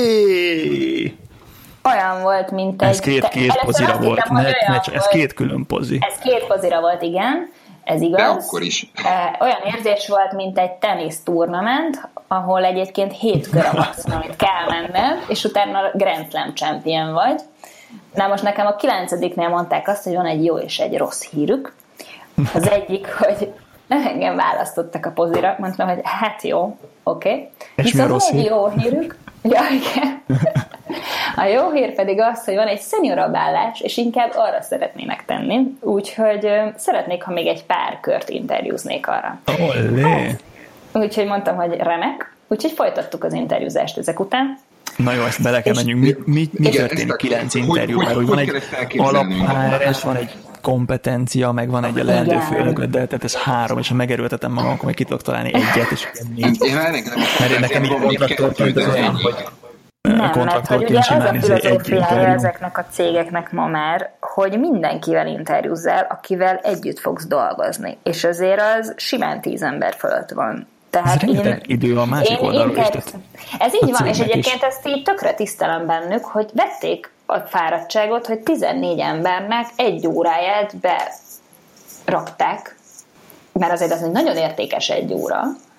Olyan volt, mint egy... Ez két pozira volt. Ez két külön pozi. Ez két pozira volt, igen. Ez igaz. De akkor is. Olyan érzés volt, mint egy tenisz turnament, ahol egyébként 7 kör a maximum, amit kell menned, és utána Grand Slam champion vagy. Na most nekem a 9-nél mondták azt, hogy van egy jó és egy rossz hírük. Az egyik, hogy engem választottak a pozira, mondtam, hogy hát jó, oké. És mi a rossz hír? Jó hírük, ja, igen. A jó hír pedig az, hogy van egy szeniorabb állás, és inkább arra szeretnének tenni, úgyhogy szeretnék, ha még egy pár kört interjúznék arra. Olé! Úgyhogy mondtam, hogy remek, úgyhogy folytattuk az interjúzást ezek után. Na jó, ezt bele kell menjünk. Mi történik 9 interjúban? Hogy van egy alaphárás, van egy kompetencia, meg van egy a leendő főnököddel, tehát ez 3, és ha megerőltetem magam, akkor meg ki tudok találni egyet, és 4. Mert nekem így kontraktorként az olyan, hogy nem, mert hogy ugye az a filozófiája ezeknek a cégeknek ma már, hogy mindenkivel interjúzzál, akivel együtt fogsz dolgozni. És azért az simán 10 ember fölött van. Tehát ez idő a másik oldalról is. Ez így van, és egyébként ezt így tökre tisztelem bennük, hogy vették a fáradtságot, hogy 14 embernek 1 óráját berakták, mert azért az egy nagyon értékes 1 óra,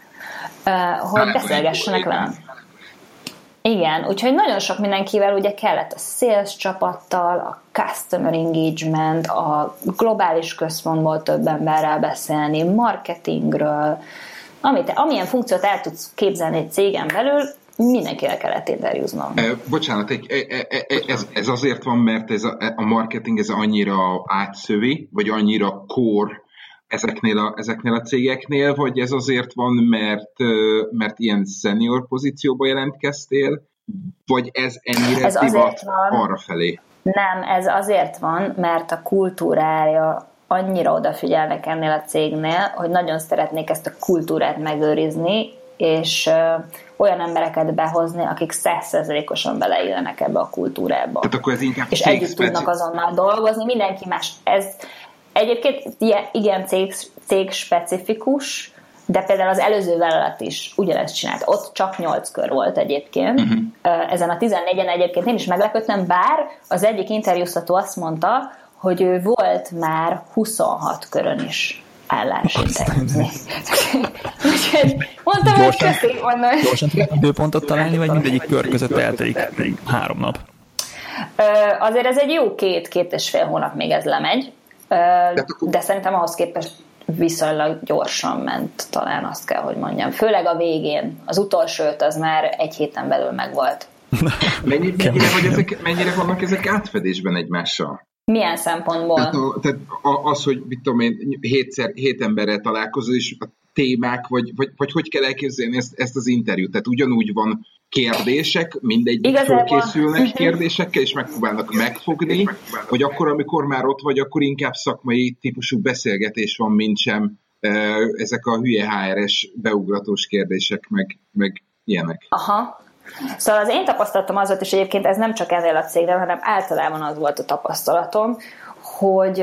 hogy beszélgessenek velem. Igen, úgyhogy nagyon sok mindenkivel ugye kellett a sales csapattal, a customer engagement, a globális központból több emberrel beszélni, marketingről, amilyen funkciót el tudsz képzelni egy cégen belül, mindenkivel kellett interjúznom. Bocsánat, ez azért van, mert a marketing ez annyira átszövi, vagy annyira core ezeknél a cégeknél, vagy ez azért van, mert ilyen senior pozícióba jelentkeztél, vagy ez ennyire divat arrafelé? Nem, ez azért van, mert a kultúrája annyira odafigyelnek ennél a cégnél, hogy nagyon szeretnék ezt a kultúrát megőrizni, és olyan embereket behozni, akik 100%-osan beleillenek ebbe a kultúrába. Tehát akkor ez inkább és együtt tudnak azonnal dolgozni, mindenki más. Ez egyébként igen cég specifikus, de például az előző vállalat is ugyanezt csinált. Ott csak 8 kör volt egyébként. Ezen a 14-en egyébként én is meglepődtem, bár az egyik interjúztató azt mondta, hogy ő volt már 26 körön is állásinterjúzni. Úgyhogy mondtam, hogy köszi. Gyorsan tudod időpontot találni, vagy mindegyik kör között eltelik 3 nap? Azért ez egy jó 2-2,5 hónap még ez lemegy, de szerintem ahhoz képest viszonylag gyorsan ment, talán azt kell, hogy mondjam. Főleg a végén. Az utolsó 5 az már 1 héten belül megvolt. Mennyire vannak ezek átfedésben egymással? Milyen szempontból? Tehát az, hogy mit tudom én, 7 emberrel találkozol, és a témák, vagy hogy kell elképzelni ezt az interjút? Tehát ugyanúgy van kérdések, mindegy fölkészülnek kérdésekkel, és megpróbálnak megfogni, vagy akkor, amikor már ott vagy, akkor inkább szakmai típusú beszélgetés van, mint sem ezek a hülye HR-es beugratós kérdések, meg ilyenek. Aha. Szóval az én tapasztalatom az volt, és egyébként ez nem csak ennél a cégnél, hanem általában az volt a tapasztalatom, hogy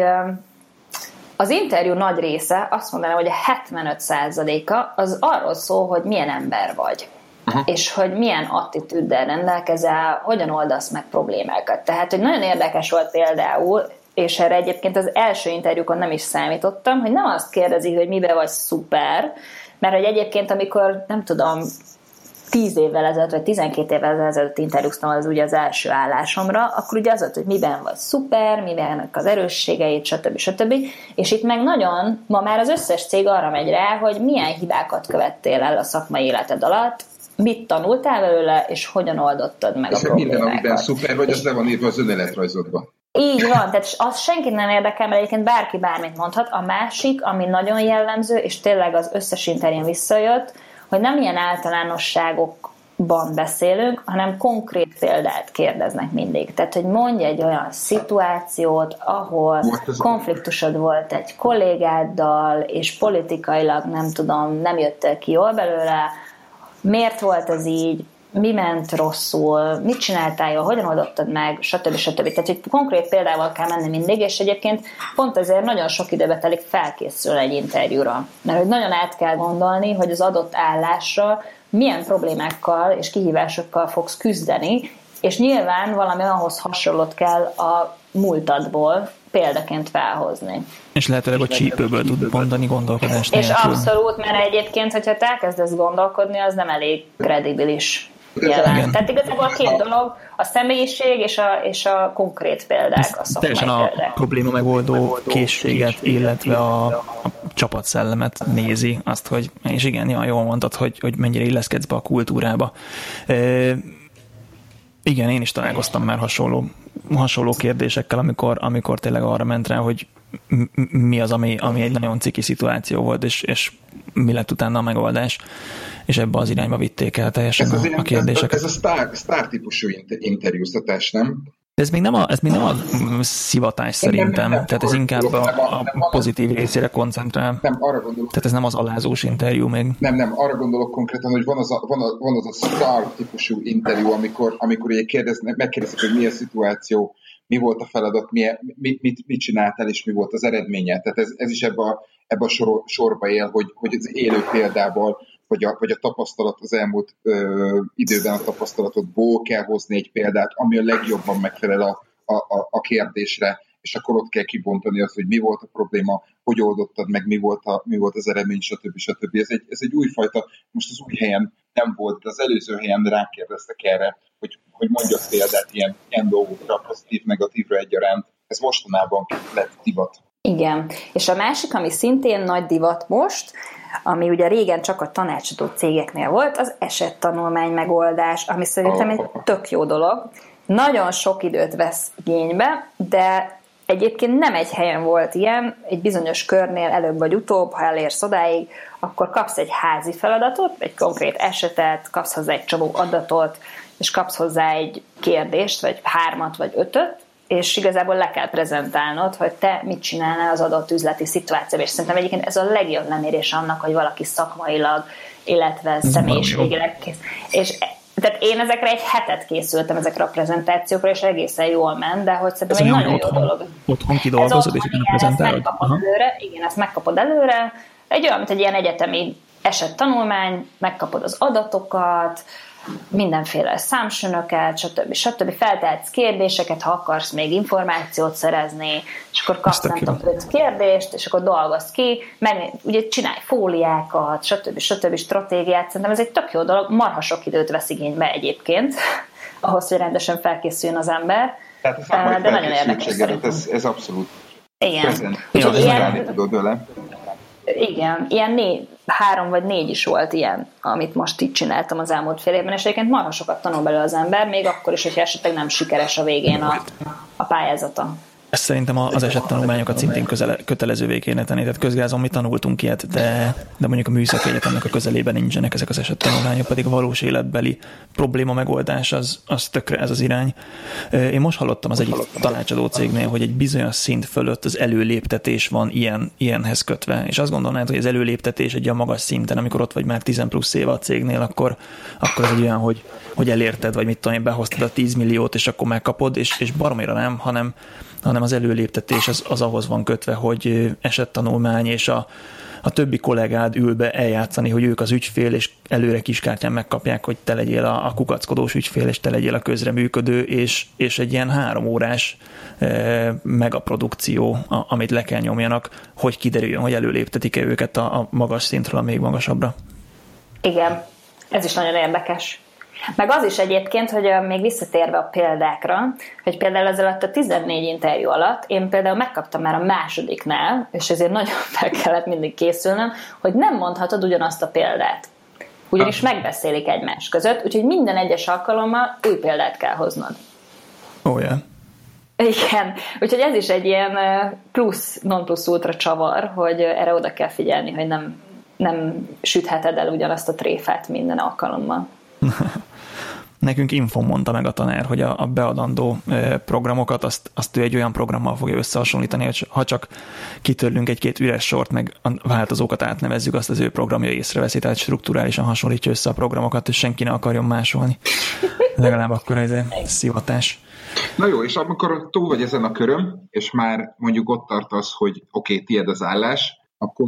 az interjú nagy része, azt mondanám, hogy a 75%-a az arról szól, hogy milyen ember vagy. És hogy milyen attitűddel rendelkezel, hogyan oldasz meg problémákat. Tehát, hogy nagyon érdekes volt például, és erre egyébként az első interjúkon nem is számítottam, hogy nem azt kérdezi, hogy miben vagy szuper, mert hogy egyébként, amikor, nem tudom, 10 évvel ezelőtt, vagy 12 évvel ezelőtt interjúztam az ugye az első állásomra, akkor ugye az volt, hogy miben vagy szuper, miben az erősségeit, stb. És itt meg nagyon, ma már az összes cég arra megy rá, hogy milyen hibákat követtél el a szakmai életed alatt, mit tanultál belőle, és hogyan oldottad meg a problémákat. Minden, amiben szuper vagy, az le van írva az önéletrajzodba. Így van, tehát az senkit nem érdekel, mert egyébként bárki bármit mondhat. A másik, ami nagyon jellemző, és tényleg az összes interjún visszajött, hogy nem ilyen általánosságokban beszélünk, hanem konkrét példát kérdeznek mindig. Tehát, hogy mondj egy olyan szituációt, ahol konfliktusod volt egy kollégáddal, és politikailag nem jöttél ki jól belőle, miért volt ez így, mi ment rosszul, mit csináltál jól, hogyan oldottad meg, stb. Tehát, hogy konkrét példával kell menni mindig, és egyébként pont ezért nagyon sok időbe telik felkészülni egy interjúra. Mert hogy nagyon át kell gondolni, hogy az adott állásra milyen problémákkal és kihívásokkal fogsz küzdeni, és nyilván valami ahhoz hasonlót kell a múltadból példaként felhozni. És lehetőleg, hogy csípőből tud mondani gondolkodást nélkül. És abszolút, mert egyébként, hogyha te elkezdesz gondolkodni, az nem elég kredibilis. jelen. Tehát igazából két dolog, a személyiség és a konkrét példák, a szakmai teljesen a példák. probléma megoldó készséget, illetve a csapatszellemet nézi azt, hogy, és igen, jól mondtad, hogy mennyire illeszkedsz be a kultúrába. Igen, én is találkoztam már hasonló kérdésekkel, amikor tényleg arra ment rá, hogy mi az, ami egy nagyon ciki szituáció volt, és mi lett utána a megoldás, és ebbe az irányba vitték el teljesen a kérdéseket. Ez a sztár típusú interjúztatás, nem? Ez még nem a szivatás szerintem, tehát ez inkább a pozitív részére koncentrál. Nem, arra gondolok. Tehát ez nem az alázós interjú még. Nem, arra gondolok konkrétan, hogy van az a sztár típusú interjú, amikor megkérdezik, hogy mi a szituáció, mi volt a feladat, mit csináltál, és mi volt az eredménye. Tehát ez is ebbe a sorba él, hogy az élő példával, vagy a tapasztalat, az elmúlt időben a tapasztalatodból kell hozni egy példát, ami a legjobban megfelel a kérdésre, és akkor ott kell kibontani azt, hogy mi volt a probléma, hogy oldottad meg, mi volt az eredmény, stb. Ez egy újfajta, most az új helyen nem volt, de az előző helyen rákérdeztek erre, hogy mondjak példát ilyen dolgokra, pozitív, negatívra egyaránt. Ez mostanában lett divat. Igen, és a másik, ami szintén nagy divat most, ami ugye régen csak a tanácsadó cégeknél volt, az esettanulmány megoldás, ami szerintem egy tök jó dolog. Nagyon sok időt vesz igénybe, de egyébként nem egy helyen volt ilyen, egy bizonyos körnél előbb vagy utóbb, ha elérsz odáig, akkor kapsz egy házi feladatot, egy konkrét esetet, kapsz hozzá egy csomó adatot, és kapsz hozzá egy kérdést, vagy 3 vagy 5, és igazából le kell prezentálnod, hogy te mit csinálnál az adott üzleti szituációban, és szerintem egyébként ez a legjobb lemérés annak, hogy valaki szakmailag, illetve személyiségileg kész. És tehát én ezekre egy hetet készültem, ezekre a prezentációkra, és egészen jól ment, de hogy szerintem egy nagyon jó dolog. Otthon kidolgozod, és utána prezentálod. Ezt megkapod előre. Egy olyan, mint egy ilyen egyetemi esettanulmány, megkapod az adatokat, mindenféle számsönöket, stb. Feltehetsz kérdéseket, ha akarsz még információt szerezni, és akkor kapsz 5 kérdést, és akkor dolgozz ki, meg ugye csinálj fóliákat, stb. Stratégiát. Szerintem ez egy tök jó dolog, marha sok időt vesz igénybe egyébként, ahhoz, hogy rendesen felkészüljön az ember. Tehát de nagyon érdekes szerintem. Ez abszolút. Igen. Tudod vele. Igen, ilyen 3 vagy 4 is volt ilyen, amit most így csináltam az elmúlt fél évben, és egyébként marha sokat tanul belőle az ember, még akkor is, hogyha esetleg nem sikeres a végén a pályázata. Ezt szerintem az esettanulmányokat szintén kötelezővé kéne tenni. Tehát közgázon mi tanultunk ilyet, de mondjuk a műszaki egyetemnek a közelében nincsenek ezek az esettanulmányok, pedig a valós életbeli probléma megoldás az tökre ez az irány. Én most hallottam az egyik tanácsadó cégnél, hogy egy bizonyos szint fölött az előléptetés van ilyenhez kötve. És azt gondolnád, hogy az előléptetés egy olyan magas szinten, amikor ott vagy már 10 plusz éve a cégnél, akkor ez egy olyan, hogy elérted, vagy mit tudom én, behoztad a 10 milliót, és akkor megkapod, és baromira nem, hanem az előléptetés az ahhoz van kötve, hogy esettanulmány, és a többi kollégád ül be eljátszani, hogy ők az ügyfél, és előre kiskártyán megkapják, hogy te legyél a kukackodós ügyfél, és te legyél a közreműködő, és egy ilyen 3 órás megaprodukció, amit le kell nyomjanak, hogy kiderüljön, hogy előléptetik-e őket a magas szintről a még magasabbra. Igen, ez is nagyon érdekes. Meg az is egyébként, hogy még visszatérve a példákra, hogy például ezzel a 14 interjú alatt én például megkaptam már a másodiknál, és ezért nagyon fel kellett mindig készülnöm, hogy nem mondhatod ugyanazt a példát. Ugyanis megbeszélik egymás között, úgyhogy minden egyes alkalommal új példát kell hoznod. Yeah. Igen, úgyhogy ez is egy ilyen non plus ultra csavar, hogy erre oda kell figyelni, hogy nem sütheted el ugyanazt a tréfát minden alkalommal. Nekünk Infon mondta meg a tanár, hogy a beadandó programokat, azt ő egy olyan programmal fogja összehasonlítani, hogy ha csak kitörlünk egy-két üres sort, meg a változókat átnevezzük, azt az ő programja észreveszi, tehát strukturálisan hasonlítja össze a programokat, és senki ne akarjon másolni. Legalább akkor ez egy szivatás. Na jó, és amikor túl vagy ezen a körön, és már mondjuk ott tartasz, hogy oké, tiéd az állás, akkor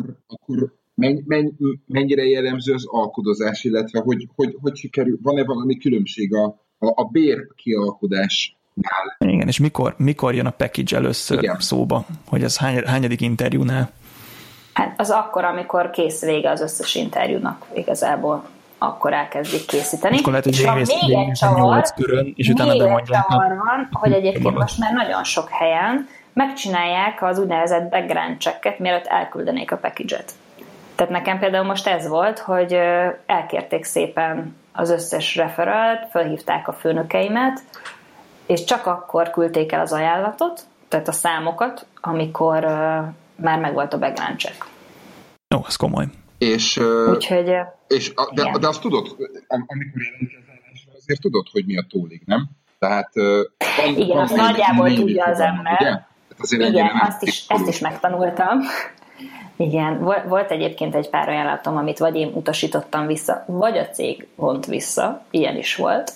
mennyire jellemző az alkudozás, illetve hogy sikerül, van-e valami különbség a bér kialkudásnál? Igen, és mikor jön a package először szóba, hogy ez hányadik interjúnál? Hát az akkor, amikor kész vége az összes interjúnak igazából. akkor elkezdik készíteni. Akkor lehet, hogy még egy csavar, körön, és utána bemondják. Csavar van, hogy egyébként most már nagyon sok helyen megcsinálják az úgynevezett background checket, mielőtt elküldenék a package-et. Tehát nekem például most ez volt, hogy elkérték szépen az összes referralt, felhívták a főnökeimet, és csak akkor küldték el az ajánlatot, tehát a számokat, amikor már megvolt a background check. Ó, ez komoly. Úgyhogy, de azt tudod, amikor jelentkezálásra, azért tudod, hogy mi a tolling, nem? Tehát, igen, azt nagyjából tudja az ember. Igen, ezt is megtanultam. Igen, volt egyébként egy pár ajánlatom, amit vagy én utasítottam vissza, vagy a cég vont vissza, ilyen is volt.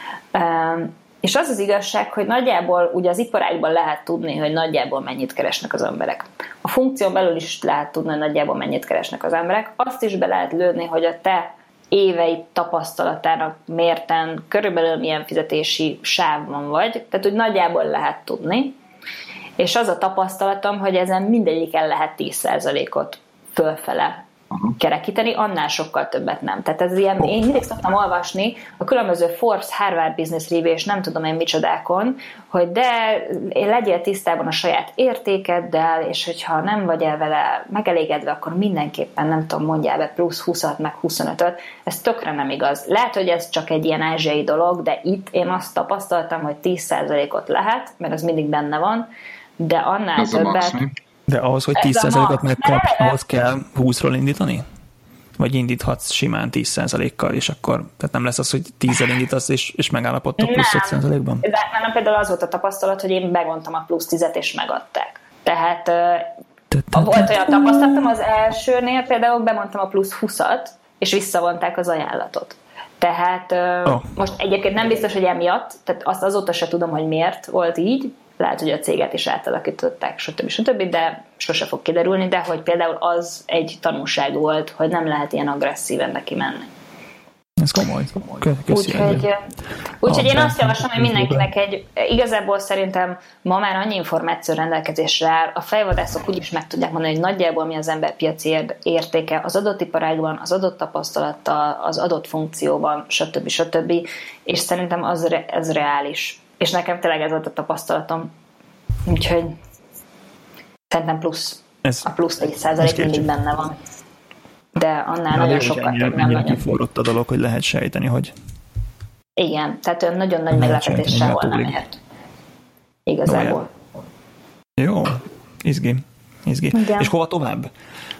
És az az igazság, hogy nagyjából ugye az iparágban lehet tudni, hogy nagyjából mennyit keresnek az emberek. A funkción belül is lehet tudni, hogy nagyjából mennyit keresnek az emberek. Azt is be lehet lőni, hogy a te évei tapasztalatának mérten körülbelül milyen fizetési sávban vagy. Tehát, hogy nagyjából lehet tudni. És az a tapasztalatom, hogy ezen mindegyiken lehet 10%-ot fölfele kerekíteni, annál sokkal többet nem. Tehát ez ilyen, én mindig szoktam olvasni a különböző Forbes, Harvard Business Review, és nem tudom én micsodákon, hogy de legyél tisztában a saját értékeddel, és hogyha nem vagy el vele megelégedve, akkor mindenképpen, nem tudom, mondjál be plusz 20-at, meg 25-öt. Ez tökre nem igaz. Lehet, hogy ez csak egy ilyen ázsiai dolog, de itt én azt tapasztaltam, hogy 10%-ot lehet, mert az mindig benne van, de annál ez többet... De ahhoz, hogy 10%-ot megkapsz, ahhoz kell 20-ról indítani? Vagy indíthatsz simán 10%-kal, és akkor, tehát nem lesz az, hogy 10-el indítasz, és megállapodtok plusz 5%-ban? Nem, például az volt a tapasztalat, hogy én bevontam a plusz 10-et, és megadták. Tehát volt olyan tapasztalatom, az elsőnél például bemondtam a plusz 20-at, és visszavonták az ajánlatot. Tehát most egyébként nem biztos, hogy emiatt, tehát azt azóta se tudom, hogy miért volt így, lehet, hogy a céget is átalakították, stb., de sose fog kiderülni, de hogy például az egy tanulság volt, hogy nem lehet ilyen agresszíven neki menni. Ez komoly. Úgyhogy én azt javaslom, hogy mindenkinek igazából szerintem ma már annyi információ rendelkezésre áll, a fejvadászok úgyis meg tudják mondani, hogy nagyjából mi az ember piaci értéke az adott iparágban, az adott tapasztalattal, az adott funkcióban, stb. És szerintem ez reális. És nekem tényleg ez volt a tapasztalatom. Úgyhogy szerintem plusz. A plusz 10% mindig benne van. De annál nagyon sokkal több nem nagyon. Kiforrott a dolog, hogy lehet sejteni, hogy... Igen, tehát olyan nagyon nagy meglepetéssel volna ért. Igazából. Jó, izgi. Igen. És hova tovább?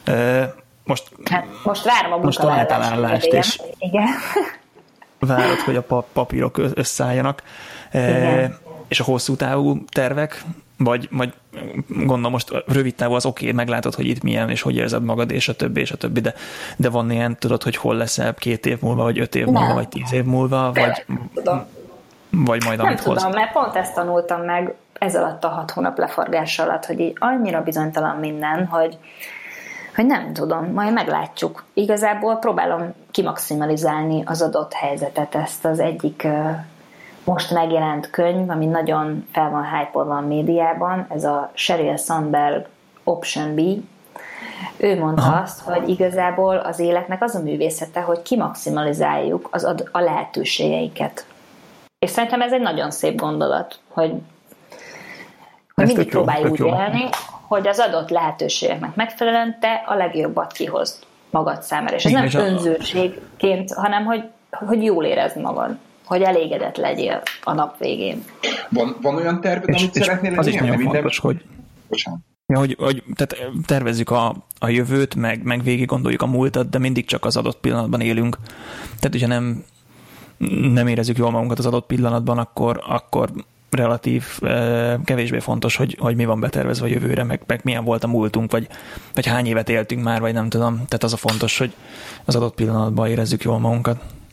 Most várom a munkavállást, és igen. Várod, hogy a papírok összeálljanak. És a hosszú távú tervek, vagy gondolom most rövid távú az oké, meglátod, hogy itt milyen, és hogy érzed magad, és a többi, de van ilyen, tudod, hogy hol leszel 2 év múlva, vagy 5 év múlva, vagy 10 év múlva, vagy majd amit nem tudom, mert pont ezt tanultam meg ez alatt a 6 hónap leforgás alatt, hogy így annyira bizonytalan minden, hogy nem tudom, majd meglátjuk. Igazából próbálom kimaximalizálni az adott helyzetet, ezt az egyik most megjelent könyv, ami nagyon fel van hype-olva a médiában, ez a Sheryl Sandberg Option B. Ő mondta azt, hogy igazából az életnek az a művészete, hogy kimaximalizáljuk a lehetőségeiket. És szerintem ez egy nagyon szép gondolat, hogy mindig próbálj úgy élni, hogy az adott lehetőségeknek megfelelően te a legjobbat kihozd magad számára. És ez nem önzőségként, hanem hogy jól érezd magad, hogy elégedett legyél a nap végén. Van olyan terved, amit szeretnél? Az is nagyon fontos, hogy... hogy tehát tervezzük a jövőt, meg végig gondoljuk a múltat, de mindig csak az adott pillanatban élünk. Tehát, hogyha nem érezzük jól magunkat az adott pillanatban, akkor relatív kevésbé fontos, hogy mi van betervezve a jövőre, meg milyen volt a múltunk, vagy hány évet éltünk már, vagy nem tudom. Tehát az a fontos, hogy az adott pillanatban érezzük jól magunkat.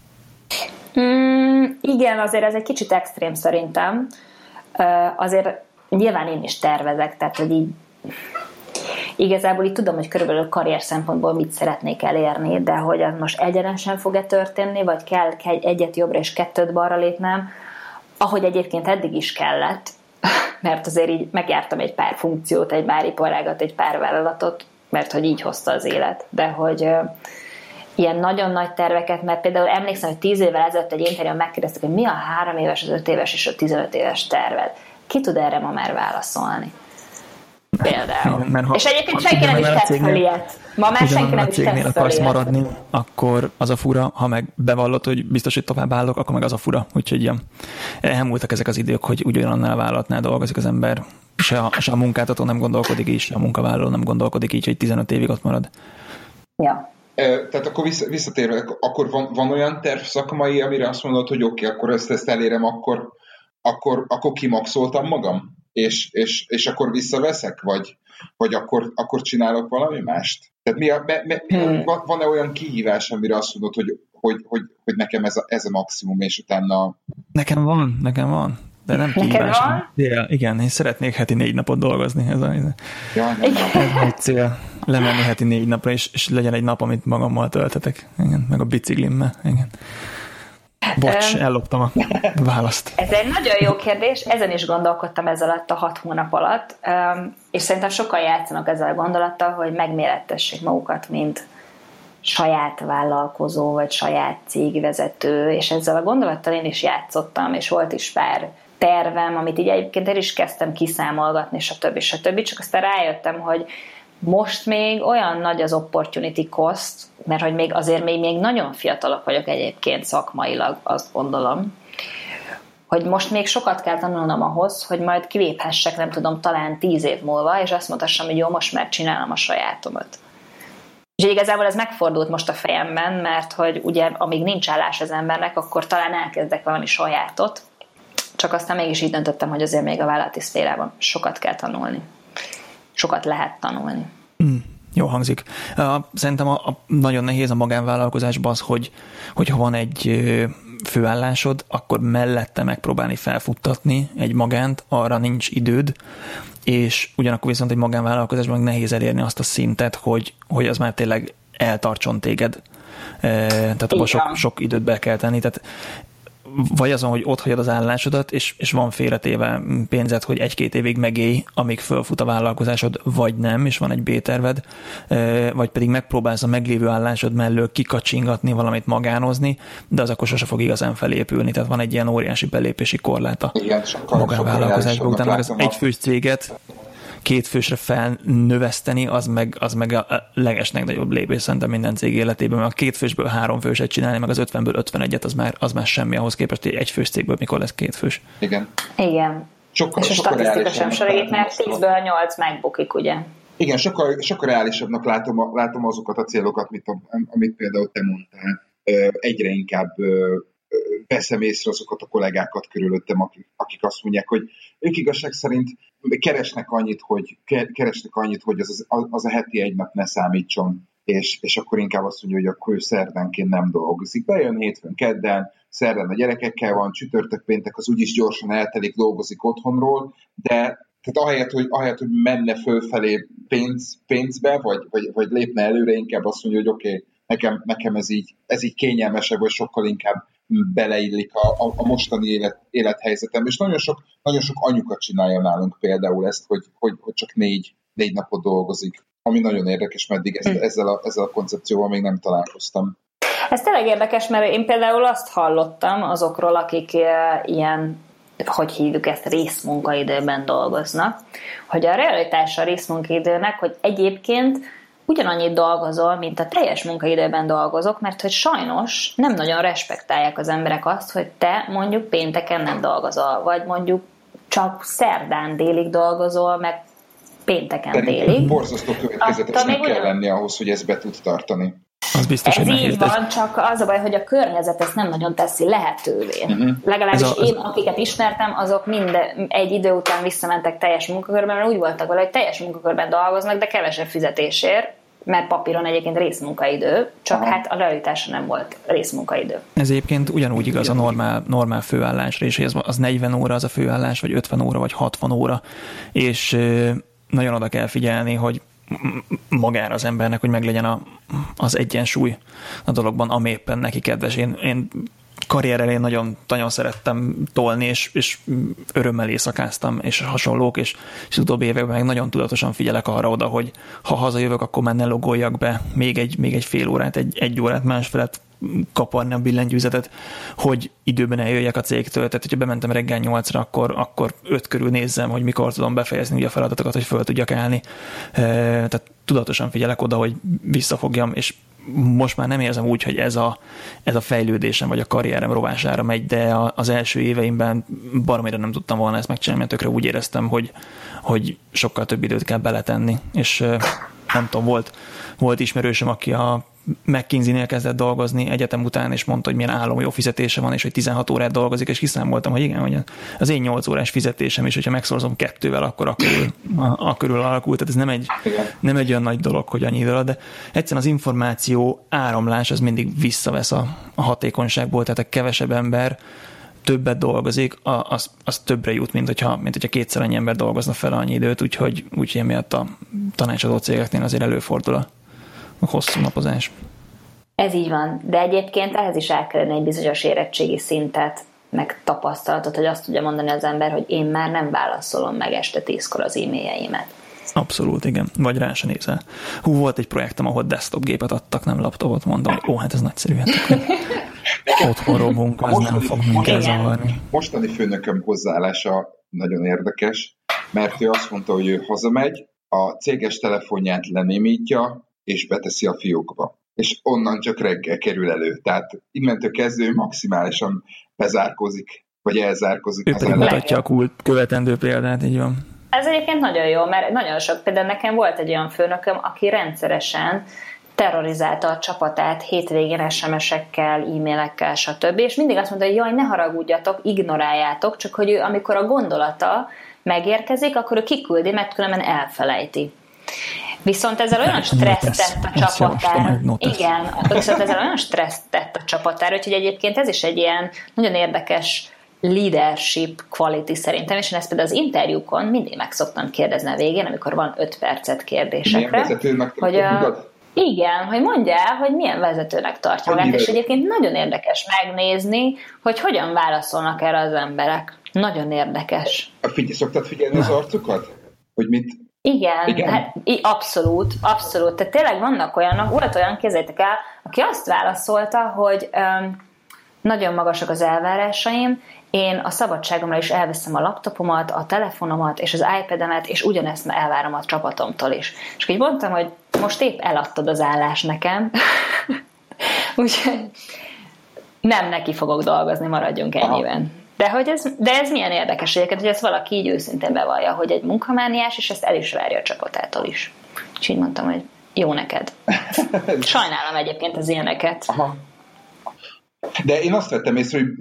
Igen, azért ez egy kicsit extrém szerintem. Azért nyilván én is tervezek, tehát hogy így igazából így tudom, hogy körülbelül karrier szempontból mit szeretnék elérni, de hogy az most egyenesen fog-e történni, vagy kell egyet jobbra és 2 balra lépnem, ahogy egyébként eddig is kellett, mert azért így megjártam egy pár funkciót, egy pár iparágat, egy pár vállalatot, mert hogy így hozta az élet, de hogy ilyen nagyon nagy terveket, mert például emlékszem, hogy 10 évvel ezelőtt egy interjúban megkérdeztek, hogy mi a 3 éves, az 5 éves és a 15 éves terved. Ki tud erre ma már válaszolni? Például. És egyébként senki nem is tesz föl ilyet. Ma már senki nem is tesz föl akarsz maradni, akkor az a fura, ha meg bevallod, hogy biztos, hogy tovább állok, akkor meg az a fura. Úgyhogy ja, elmúltak ezek az idők, hogy ugyanannál a vállalatnál dolgozik az ember. Se a munkáltató nem gondolkodik így, se a munkavállaló nem gondolkodik így, hogy 15 évig ott marad. Ja. Tehát akkor visszatérve, akkor van olyan terv szakmai, amire azt mondod, hogy oké, akkor ezt elérem, akkor kimaxoltam magam? És akkor visszaveszek? Vagy akkor csinálok valami mást? Tehát van-e olyan kihívás, amire azt mondod, hogy nekem ez a maximum, és utána... Nekem van. De nem kihívás. Igen, én szeretnék heti 4 napot dolgozni. Ez egy cél. Lemenni heti 4 napra, és legyen egy nap, amit magammal töltetek. Igen, meg a biciklimmel. Igen. Bocs, elloptam a választ. Ez egy nagyon jó kérdés, ezen is gondolkodtam ez alatt a 6 hónap alatt, és szerintem sokan játszanak ezzel a gondolattal, hogy megmérettessék magukat, mint saját vállalkozó, vagy saját cégvezető, és ezzel a gondolattal én is játszottam, és volt is pár tervem, amit így egyébként el is kezdtem kiszámolgatni, stb. Csak aztán rájöttem, hogy most még olyan nagy az opportunity cost, mert hogy még nagyon fiatalok vagyok egyébként szakmailag, azt gondolom, hogy most még sokat kell tanulnom ahhoz, hogy majd kiléphessek, nem tudom, talán 10 év múlva, és azt mondhassam, hogy jó, most már csinálom a sajátomat. És igazából ez megfordult most a fejemben, mert hogy ugye amíg nincs állás az embernek, akkor talán elkezdek valami sajátot, csak aztán mégis így döntöttem, hogy azért még a vállalati szférában sokat kell tanulni. Sokat lehet tanulni. Jó hangzik. Szerintem nagyon nehéz a magánvállalkozásban az, hogy ha van egy főállásod, akkor mellette megpróbálni felfuttatni egy magánt, arra nincs időd, és ugyanakkor viszont egy magánvállalkozásban nehéz elérni azt a szintet, hogy az már tényleg eltartson téged. Tehát abban sok időt be kell tenni. Tehát vagy azon, hogy ott hagyod az állásodat, és van félretéve pénzed, hogy 1-2 évig megélj, amíg fölfut a vállalkozásod, vagy nem, és van egy B-terved, vagy pedig megpróbálsz a meglévő állásod mellől kikacsingatni, valamit magánozni, de az akkor sose fog igazán felépülni. Tehát van egy ilyen óriási belépési korlát a magánvállalkozásban. Utána meg az egyfős céget 2 fősre felnöveszteni, az meg a legeslegnagyobb lépés szerintem minden cég életében, mert a 2 fősből 3 főset csinálni, meg az 50-ből 51-et, az már semmi ahhoz képest, hogy 1 fős cégből mikor lesz 2 fős. Igen. Sokkal, és a statisztika sem sorít, mert 10-ből 8 megbukik, ugye? Igen, sokkal reálisabbnak látom azokat a célokat, amit például te mondtál. Egyre inkább veszem észre azokat a kollégákat körülöttem, akik azt mondják, hogy ők igazság szerint keresnek annyit, hogy az a heti 1 nap ne számítson, és akkor inkább azt mondja, hogy akkor ő szerdánként nem dolgozik. Bejön hétfőn, kedden, szerdán a gyerekekkel van, csütörtök, péntek az úgyis gyorsan eltelik, dolgozik otthonról, de tehát ahelyett, hogy menne fölfelé pénzbe, vagy lépne előre, inkább azt mondja, hogy oké, nekem ez így kényelmesebb, vagy sokkal inkább beleillik a mostani élethelyzetem. És nagyon sok anyuka csinálja nálunk például ezt, hogy csak 4 napot dolgozik, ami nagyon érdekes, meddig ezzel a koncepcióval még nem találkoztam. Ez tényleg érdekes, mert én például azt hallottam azokról, akik ilyen, hogy hívjuk ezt, részmunkaidőben dolgoznak, hogy a realitás a részmunkaidőnek, hogy egyébként ugyanannyit dolgozol, mint a teljes munkaidőben dolgozok, mert hogy sajnos nem nagyon respektálják az emberek azt, hogy te mondjuk pénteken nem dolgozol, vagy mondjuk csak szerdán délig dolgozol, meg pénteken délig. Borzasztó következetesnek kell lenni ahhoz, hogy ezt be tud tartani. Az biztos, ez így van, csak az a baj, hogy a környezet ezt nem nagyon teszi lehetővé. Legalábbis én, akiket ismertem, azok egy idő után visszamentek teljes munkakörben, mert úgy voltak vele, hogy teljes munkakörben dolgoznak, de kevesebb fizetésért, mert papíron egyébként részmunkaidő, csak hát a realitásra nem volt részmunkaidő. Ez egyébként ugyanúgy igaz a normál főállásra is, hogy az 40 óra az a főállás, vagy 50 óra, vagy 60 óra, és nagyon oda kell figyelni, hogy magára az embernek, hogy meglegyen az egyensúly a dologban, ami éppen neki kedves. Én karrier elején nagyon, nagyon szerettem tolni, és örömmel éjszakáztam, és hasonlók, és az utóbbi években meg nagyon tudatosan figyelek arra oda, hogy ha hazajövök, akkor már ne logoljak be még egy fél órát, egy órát másfelett kaparni a billentyűzetet, hogy időben eljöjjek a cégtől. Tehát, hogyha bementem reggel 8-ra, akkor 5 körül nézzem, hogy mikor tudom befejezni ugye a feladatokat, hogy föl tudjak állni. Tehát tudatosan figyelek oda, hogy visszafogjam, és most már nem érzem úgy, hogy ez a fejlődésem, vagy a karrierem rovására megy, de az első éveimben baromira nem tudtam volna ezt megcsinálni, mert tökre úgy éreztem, hogy sokkal több időt kell beletenni, és nem tudom, volt ismerősöm, aki a McKinsey-nél kezdett dolgozni egyetem után, és mondta, hogy milyen állami jó fizetése van, és hogy 16 órát dolgozik, és kiszámoltam, hogy igen, hogy az én 8 órás fizetésem is, hogyha megszorzom 2-vel, akkor körül alakult. Tehát ez nem egy olyan nagy dolog, hogy annyi idő, de egyszerűen az információ áramlás az mindig visszavesz a hatékonyságból, tehát a kevesebb ember többet dolgozik, az többre jut, mint hogyha kétszer annyi ember dolgozna fel annyi időt, úgyhogy emiatt a tanácsadó cégeknél azért előfordul a hosszú napozás. Ez így van, de egyébként ehhez is el kellene egy bizonyos érettségi szintet, meg tapasztalatot, hogy azt tudja mondani az ember, hogy én már nem válaszolom meg este 10-kor az e-mailjeimet. Abszolút, igen. Vagy rá se nézel. Volt egy projektem, ahol desktop gépet adtak, nem laptopot, mondom, hogy hát ez nagyszerű. Otthonról munka, ez nem fog minket zavarni. Mostani főnököm hozzáállása nagyon érdekes, mert ő azt mondta, hogy ő hazamegy, a céges telefonját lenémítja, és beteszi a fiókba. És onnan csak reggel kerül elő. Tehát innentől kezdő maximálisan bezárkózik, vagy elzárkózik. Ő pedig mutatja a követendő példát, így van. Ez egyébként nagyon jó, mert nagyon sok, például nekem volt egy olyan főnököm, aki rendszeresen terrorizálta a csapatát hétvégén SMS-ekkel, e-mailekkel, stb. És mindig azt mondta, hogy jaj, ne haragudjatok, ignoráljátok, csak hogy ő, amikor a gondolata megérkezik, akkor ő kiküldi, mert különben elfelejti. Viszont ezzel olyan stressz tett a csapatára. Igen, viszont ezzel olyan stressz tett a csapatára, úgyhogy egyébként ez is egy ilyen nagyon érdekes leadership quality szerintem, és én ezt például az interjúkon mindig meg szoktam kérdezni a végén, amikor van 5 percet kérdésekre. Hogy igen, hogy mondja el, hogy milyen vezetőnek tartja magát, és egyébként nagyon érdekes megnézni, hogy hogyan válaszolnak erre az emberek. Nagyon érdekes. Szoktad figyelni az arcukat? Hogy mit? Igen. Hát, abszolút. Tehát tényleg vannak olyanok, volt olyan, képzeljétek el, aki azt válaszolta, hogy nagyon magasak az elvárásaim, én a szabadságomra is elveszem a laptopomat, a telefonomat és az iPad-emet, és ugyanezt elvárom a csapatomtól is. És így mondtam, hogy most épp eladtad az állást nekem, úgyhogy nem neki fogok dolgozni, maradjunk ennyiben. De ez milyen érdekes egyébként, hogy ezt valaki így őszintén bevallja, hogy egy munkamániás, és ezt el is várja a csapatától is. És így mondtam, hogy jó neked. Sajnálom egyébként az ilyeneket. Aha. De én azt vettem észre, hogy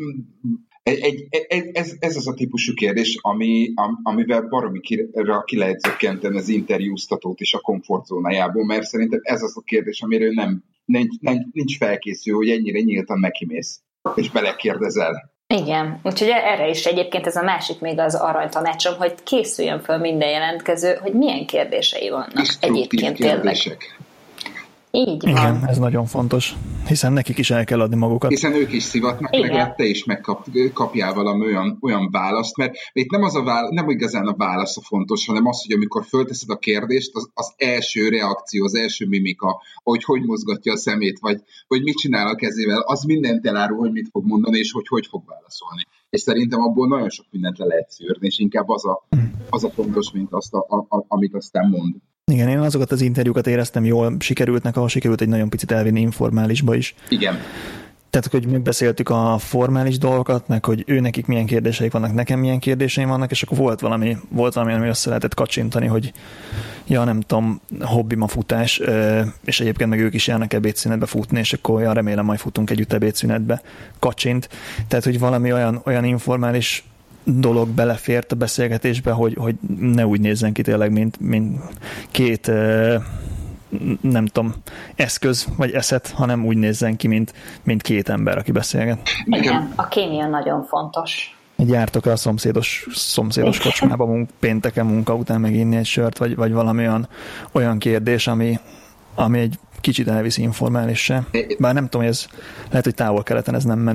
ez az a típusú kérdés, amivel baromira ki lehet zökkenteni az interjúztatót is a komfortzónájából, mert szerintem ez az a kérdés, amiről nincs felkészül, hogy ennyire nyíltan nekimész, és belekérdezel. Igen, úgyhogy erre is egyébként ez a másik még az aranytanácsom, hogy készüljön föl minden jelentkező, hogy milyen kérdései vannak egyébként tényleg. Így van. Igen, ez nagyon fontos, hiszen nekik is el kell adni magukat. Hiszen ők is szivatnak, legalább te is megkapjál valami olyan választ, mert itt nem igazán a válasz a fontos, hanem az, hogy amikor fölteszed a kérdést, az első reakció, az első mimika, hogy mozgatja a szemét, vagy hogy mit csinál a kezével, az mindent elárul, hogy mit fog mondani, és hogy fog válaszolni. És szerintem abból nagyon sok mindent le lehet szűrni, és inkább az a fontos, mint amit aztán mond. Igen, én azokat az interjúkat éreztem jól sikerültnek, ahol sikerült egy nagyon picit elvinni informálisba is. Igen. Tehát, hogy megbeszéltük a formális dolgokat, meg hogy nekik milyen kérdéseik vannak, nekem milyen kérdéseim vannak, és akkor volt valami, ami össze lehetett kacsintani, hogy nem tudom, hobbim a futás, és egyébként meg ők is járnak ebédszünetbe futni, és akkor remélem majd futunk együtt ebédszünetbe, kacsint. Tehát, hogy valami olyan informális dolog belefért a beszélgetésbe, hogy ne úgy nézzen ki tényleg, mint két nem tudom, eszköz vagy eszet, hanem úgy nézzen ki, mint két ember, aki beszélget. Igen, a kémia nagyon fontos. Jártok a szomszédos kocsmába pénteken munka után meginni egy sört, vagy valami olyan kérdés, ami egy kicsit elviszi informálissá. Bár nem tudom, hogy ez lehet, hogy távol-keleten ez nem menő.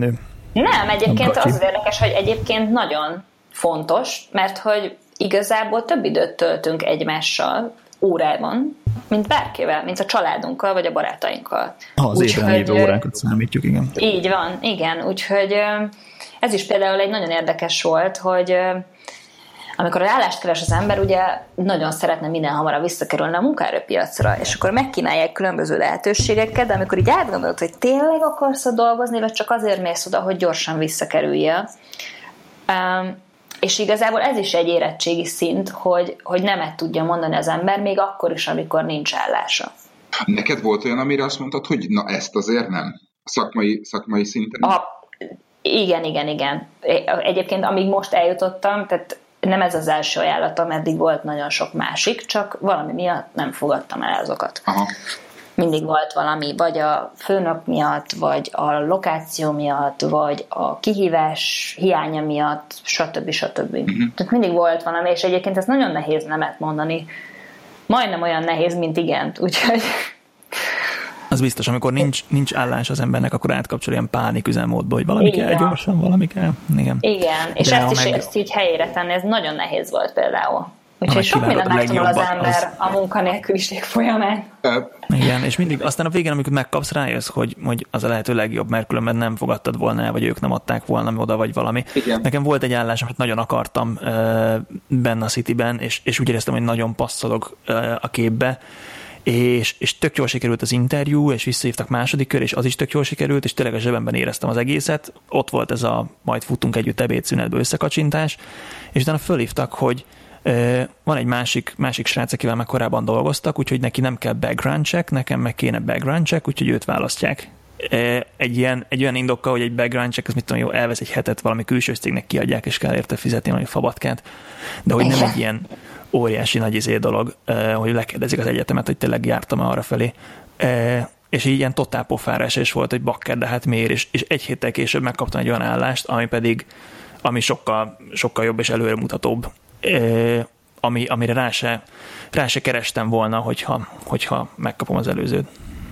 Nem, egyébként az érdekes, hogy egyébként nagyon fontos, mert hogy igazából több időt töltünk egymással órában, mint bárkivel, mint a családunkkal, vagy a barátainkkal. Az évben lévő órákat számítjuk, igen. Így van, igen, úgyhogy ez is például egy nagyon érdekes volt, hogy amikor állást keres az ember, ugye nagyon szeretne minden hamarabb visszakerülni a munkaerőpiacra, és akkor megkínálják különböző lehetőségeket, de amikor így átgondolod, hogy tényleg akarsz dolgozni, vagy csak azért mész oda, hogy gyorsan visszakerüljél. És igazából ez is egy érettségi szint, hogy nemet tudja mondani az ember, még akkor is, amikor nincs állása. Neked volt olyan, amire azt mondtad, hogy na ezt azért nem? Szakmai szinten? Igen. Egyébként amíg most eljutottam, tehát nem ez az első ajánlatom, eddig volt nagyon sok másik, csak valami miatt nem fogadtam el azokat. Aha. Mindig volt valami, vagy a főnök miatt, vagy a lokáció miatt, vagy a kihívás hiánya miatt, stb. Tehát mindig volt valami, és egyébként ez nagyon nehéz nemet mondani. Majdnem olyan nehéz, mint igent, úgyhogy... Az biztos, amikor nincs állás az embernek, akkor átkapcsol ilyen pánik üzemmódba, hogy valami kell, gyorsan, valami kell. Igen, és ezt így helyére tenni, ez nagyon nehéz volt például. Úgyhogy sok mindent megtanul az ember a munkanélküliség folyamán. Igen, és mindig aztán a végén, amikor megkapsz, rájössz, hogy az a lehető legjobb, mert különben nem fogadtad volna el, vagy ők nem adták volna oda, vagy valami. Igen. Nekem volt egy állás, amit nagyon akartam benne a Cityben, és úgy éreztem, hogy nagyon passzolok a képbe, és tök jól sikerült az interjú, és visszahívtak második kör, és az is tök jól sikerült, és tényleg a zsebemben éreztem az egészet. Ott volt ez a majd futunk együtt ebédszünetbe összekacsintás, és utána fölhívtak, hogy van egy másik srác, akivel már korábban dolgoztak, úgyhogy neki nem kell background check, nekem meg kéne background check, úgyhogy őt választják. Egy olyan indokkal, hogy egy background check, az mit tudom, jó, elvesz egy hetet, valami külső cégnek kiadják, és kell érte fizetni valami fabatkát, de hogy nem egy ilyen óriási nagy dolog, hogy lekérdezik az egyetemet, hogy tényleg jártam arra felé. És így ilyen totál pofára esés volt, hogy bakker, de hát miért, és egy héttel később megkaptam egy olyan állást, ami sokkal, sokkal jobb és előremutatóbb, amire rá se kerestem volna, hogyha megkapom az előzőt.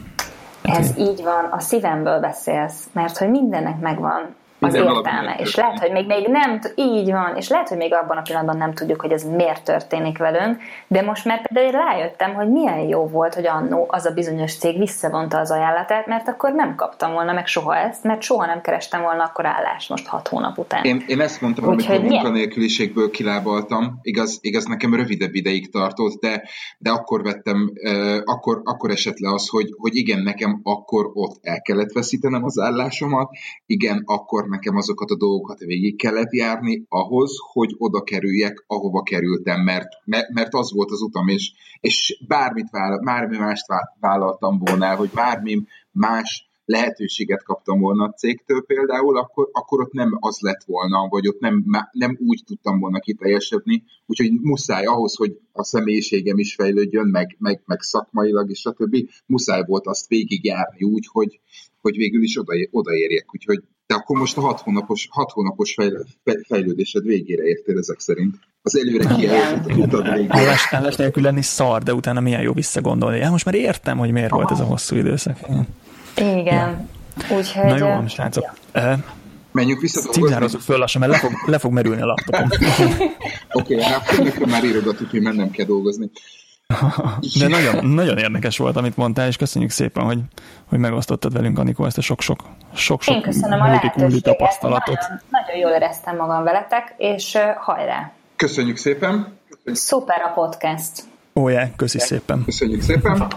Ez így van, a szívemből beszélsz, mert hogy mindennek megvan az értelme, és lehet, hogy még nem, így van, és lehet, hogy még abban a pillanatban nem tudjuk, hogy ez miért történik velünk, de most már például rájöttem, hogy milyen jó volt, hogy annó az a bizonyos cég visszavonta az ajánlatát, mert akkor nem kaptam volna meg soha ezt, mert soha nem kerestem volna akkor állást most 6 hónap után. Én ezt mondtam, amikor a munkanélküliségből kilábaltam, igaz nekem rövidebb ideig tartott, de akkor vettem, akkor esett le az, hogy igen, nekem akkor ott el kellett veszítenem az állásomat, igen, akkor nekem azokat a dolgokat végig kellett járni ahhoz, hogy oda kerüljek, ahova kerültem, mert az volt az utam, és bármi mást vállaltam volna, hogy bármi más lehetőséget kaptam volna a cégtől például, akkor ott nem az lett volna, vagy ott nem úgy tudtam volna kiteljesedni, úgyhogy muszáj ahhoz, hogy a személyiségem is fejlődjön, meg szakmailag és stb. Muszáj volt azt végigjárni úgy, hogy végül is odaérjek, úgyhogy de akkor most a 6 hónapos fejlődésed végére értél ezek szerint. Az előre kijelentett utad végére. Állás nélkül lenni szar, de utána milyen jó visszagondolni. Most már értem, hogy miért volt ez a hosszú időszak. Igen. Ja. Úgyhogy... Na jó, srácok. Ja. Menjünk vissza dolgozni. Címzározzuk föl lassan, mert le fog merülni a laptopom. Oké, hát már írogatjuk, hogy mennem kell dolgozni. De nagyon, nagyon érdekes volt, amit mondtál, és köszönjük szépen, hogy megosztottad velünk, Anikó, ezt a sok Én köszönöm a lehetőséget, tapasztalatot. Nagyon jól éreztem magam veletek, és hajrá! Köszönjük szépen! Szuper a podcast! Köszi szépen! Köszönjük szépen!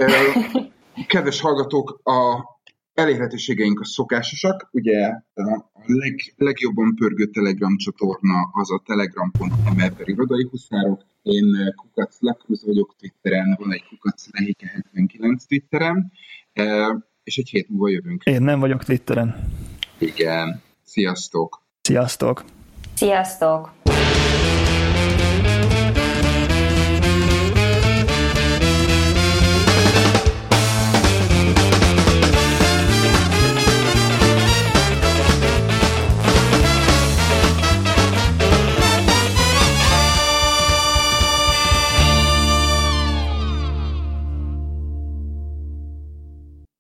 Kedves hallgatók, a elérhetőségeink a szokásosak, ugye a legjobban pörgő Telegram csatorna az a telegram.com/irodai huszárok. Én Kukac Lakruz vagyok Twitteren, van egy Kukac Lehike 79 Twitteren, és egy hét múlva jövünk. Én nem vagyok Twitteren. Igen. Sziasztok! Sziasztok! Sziasztok!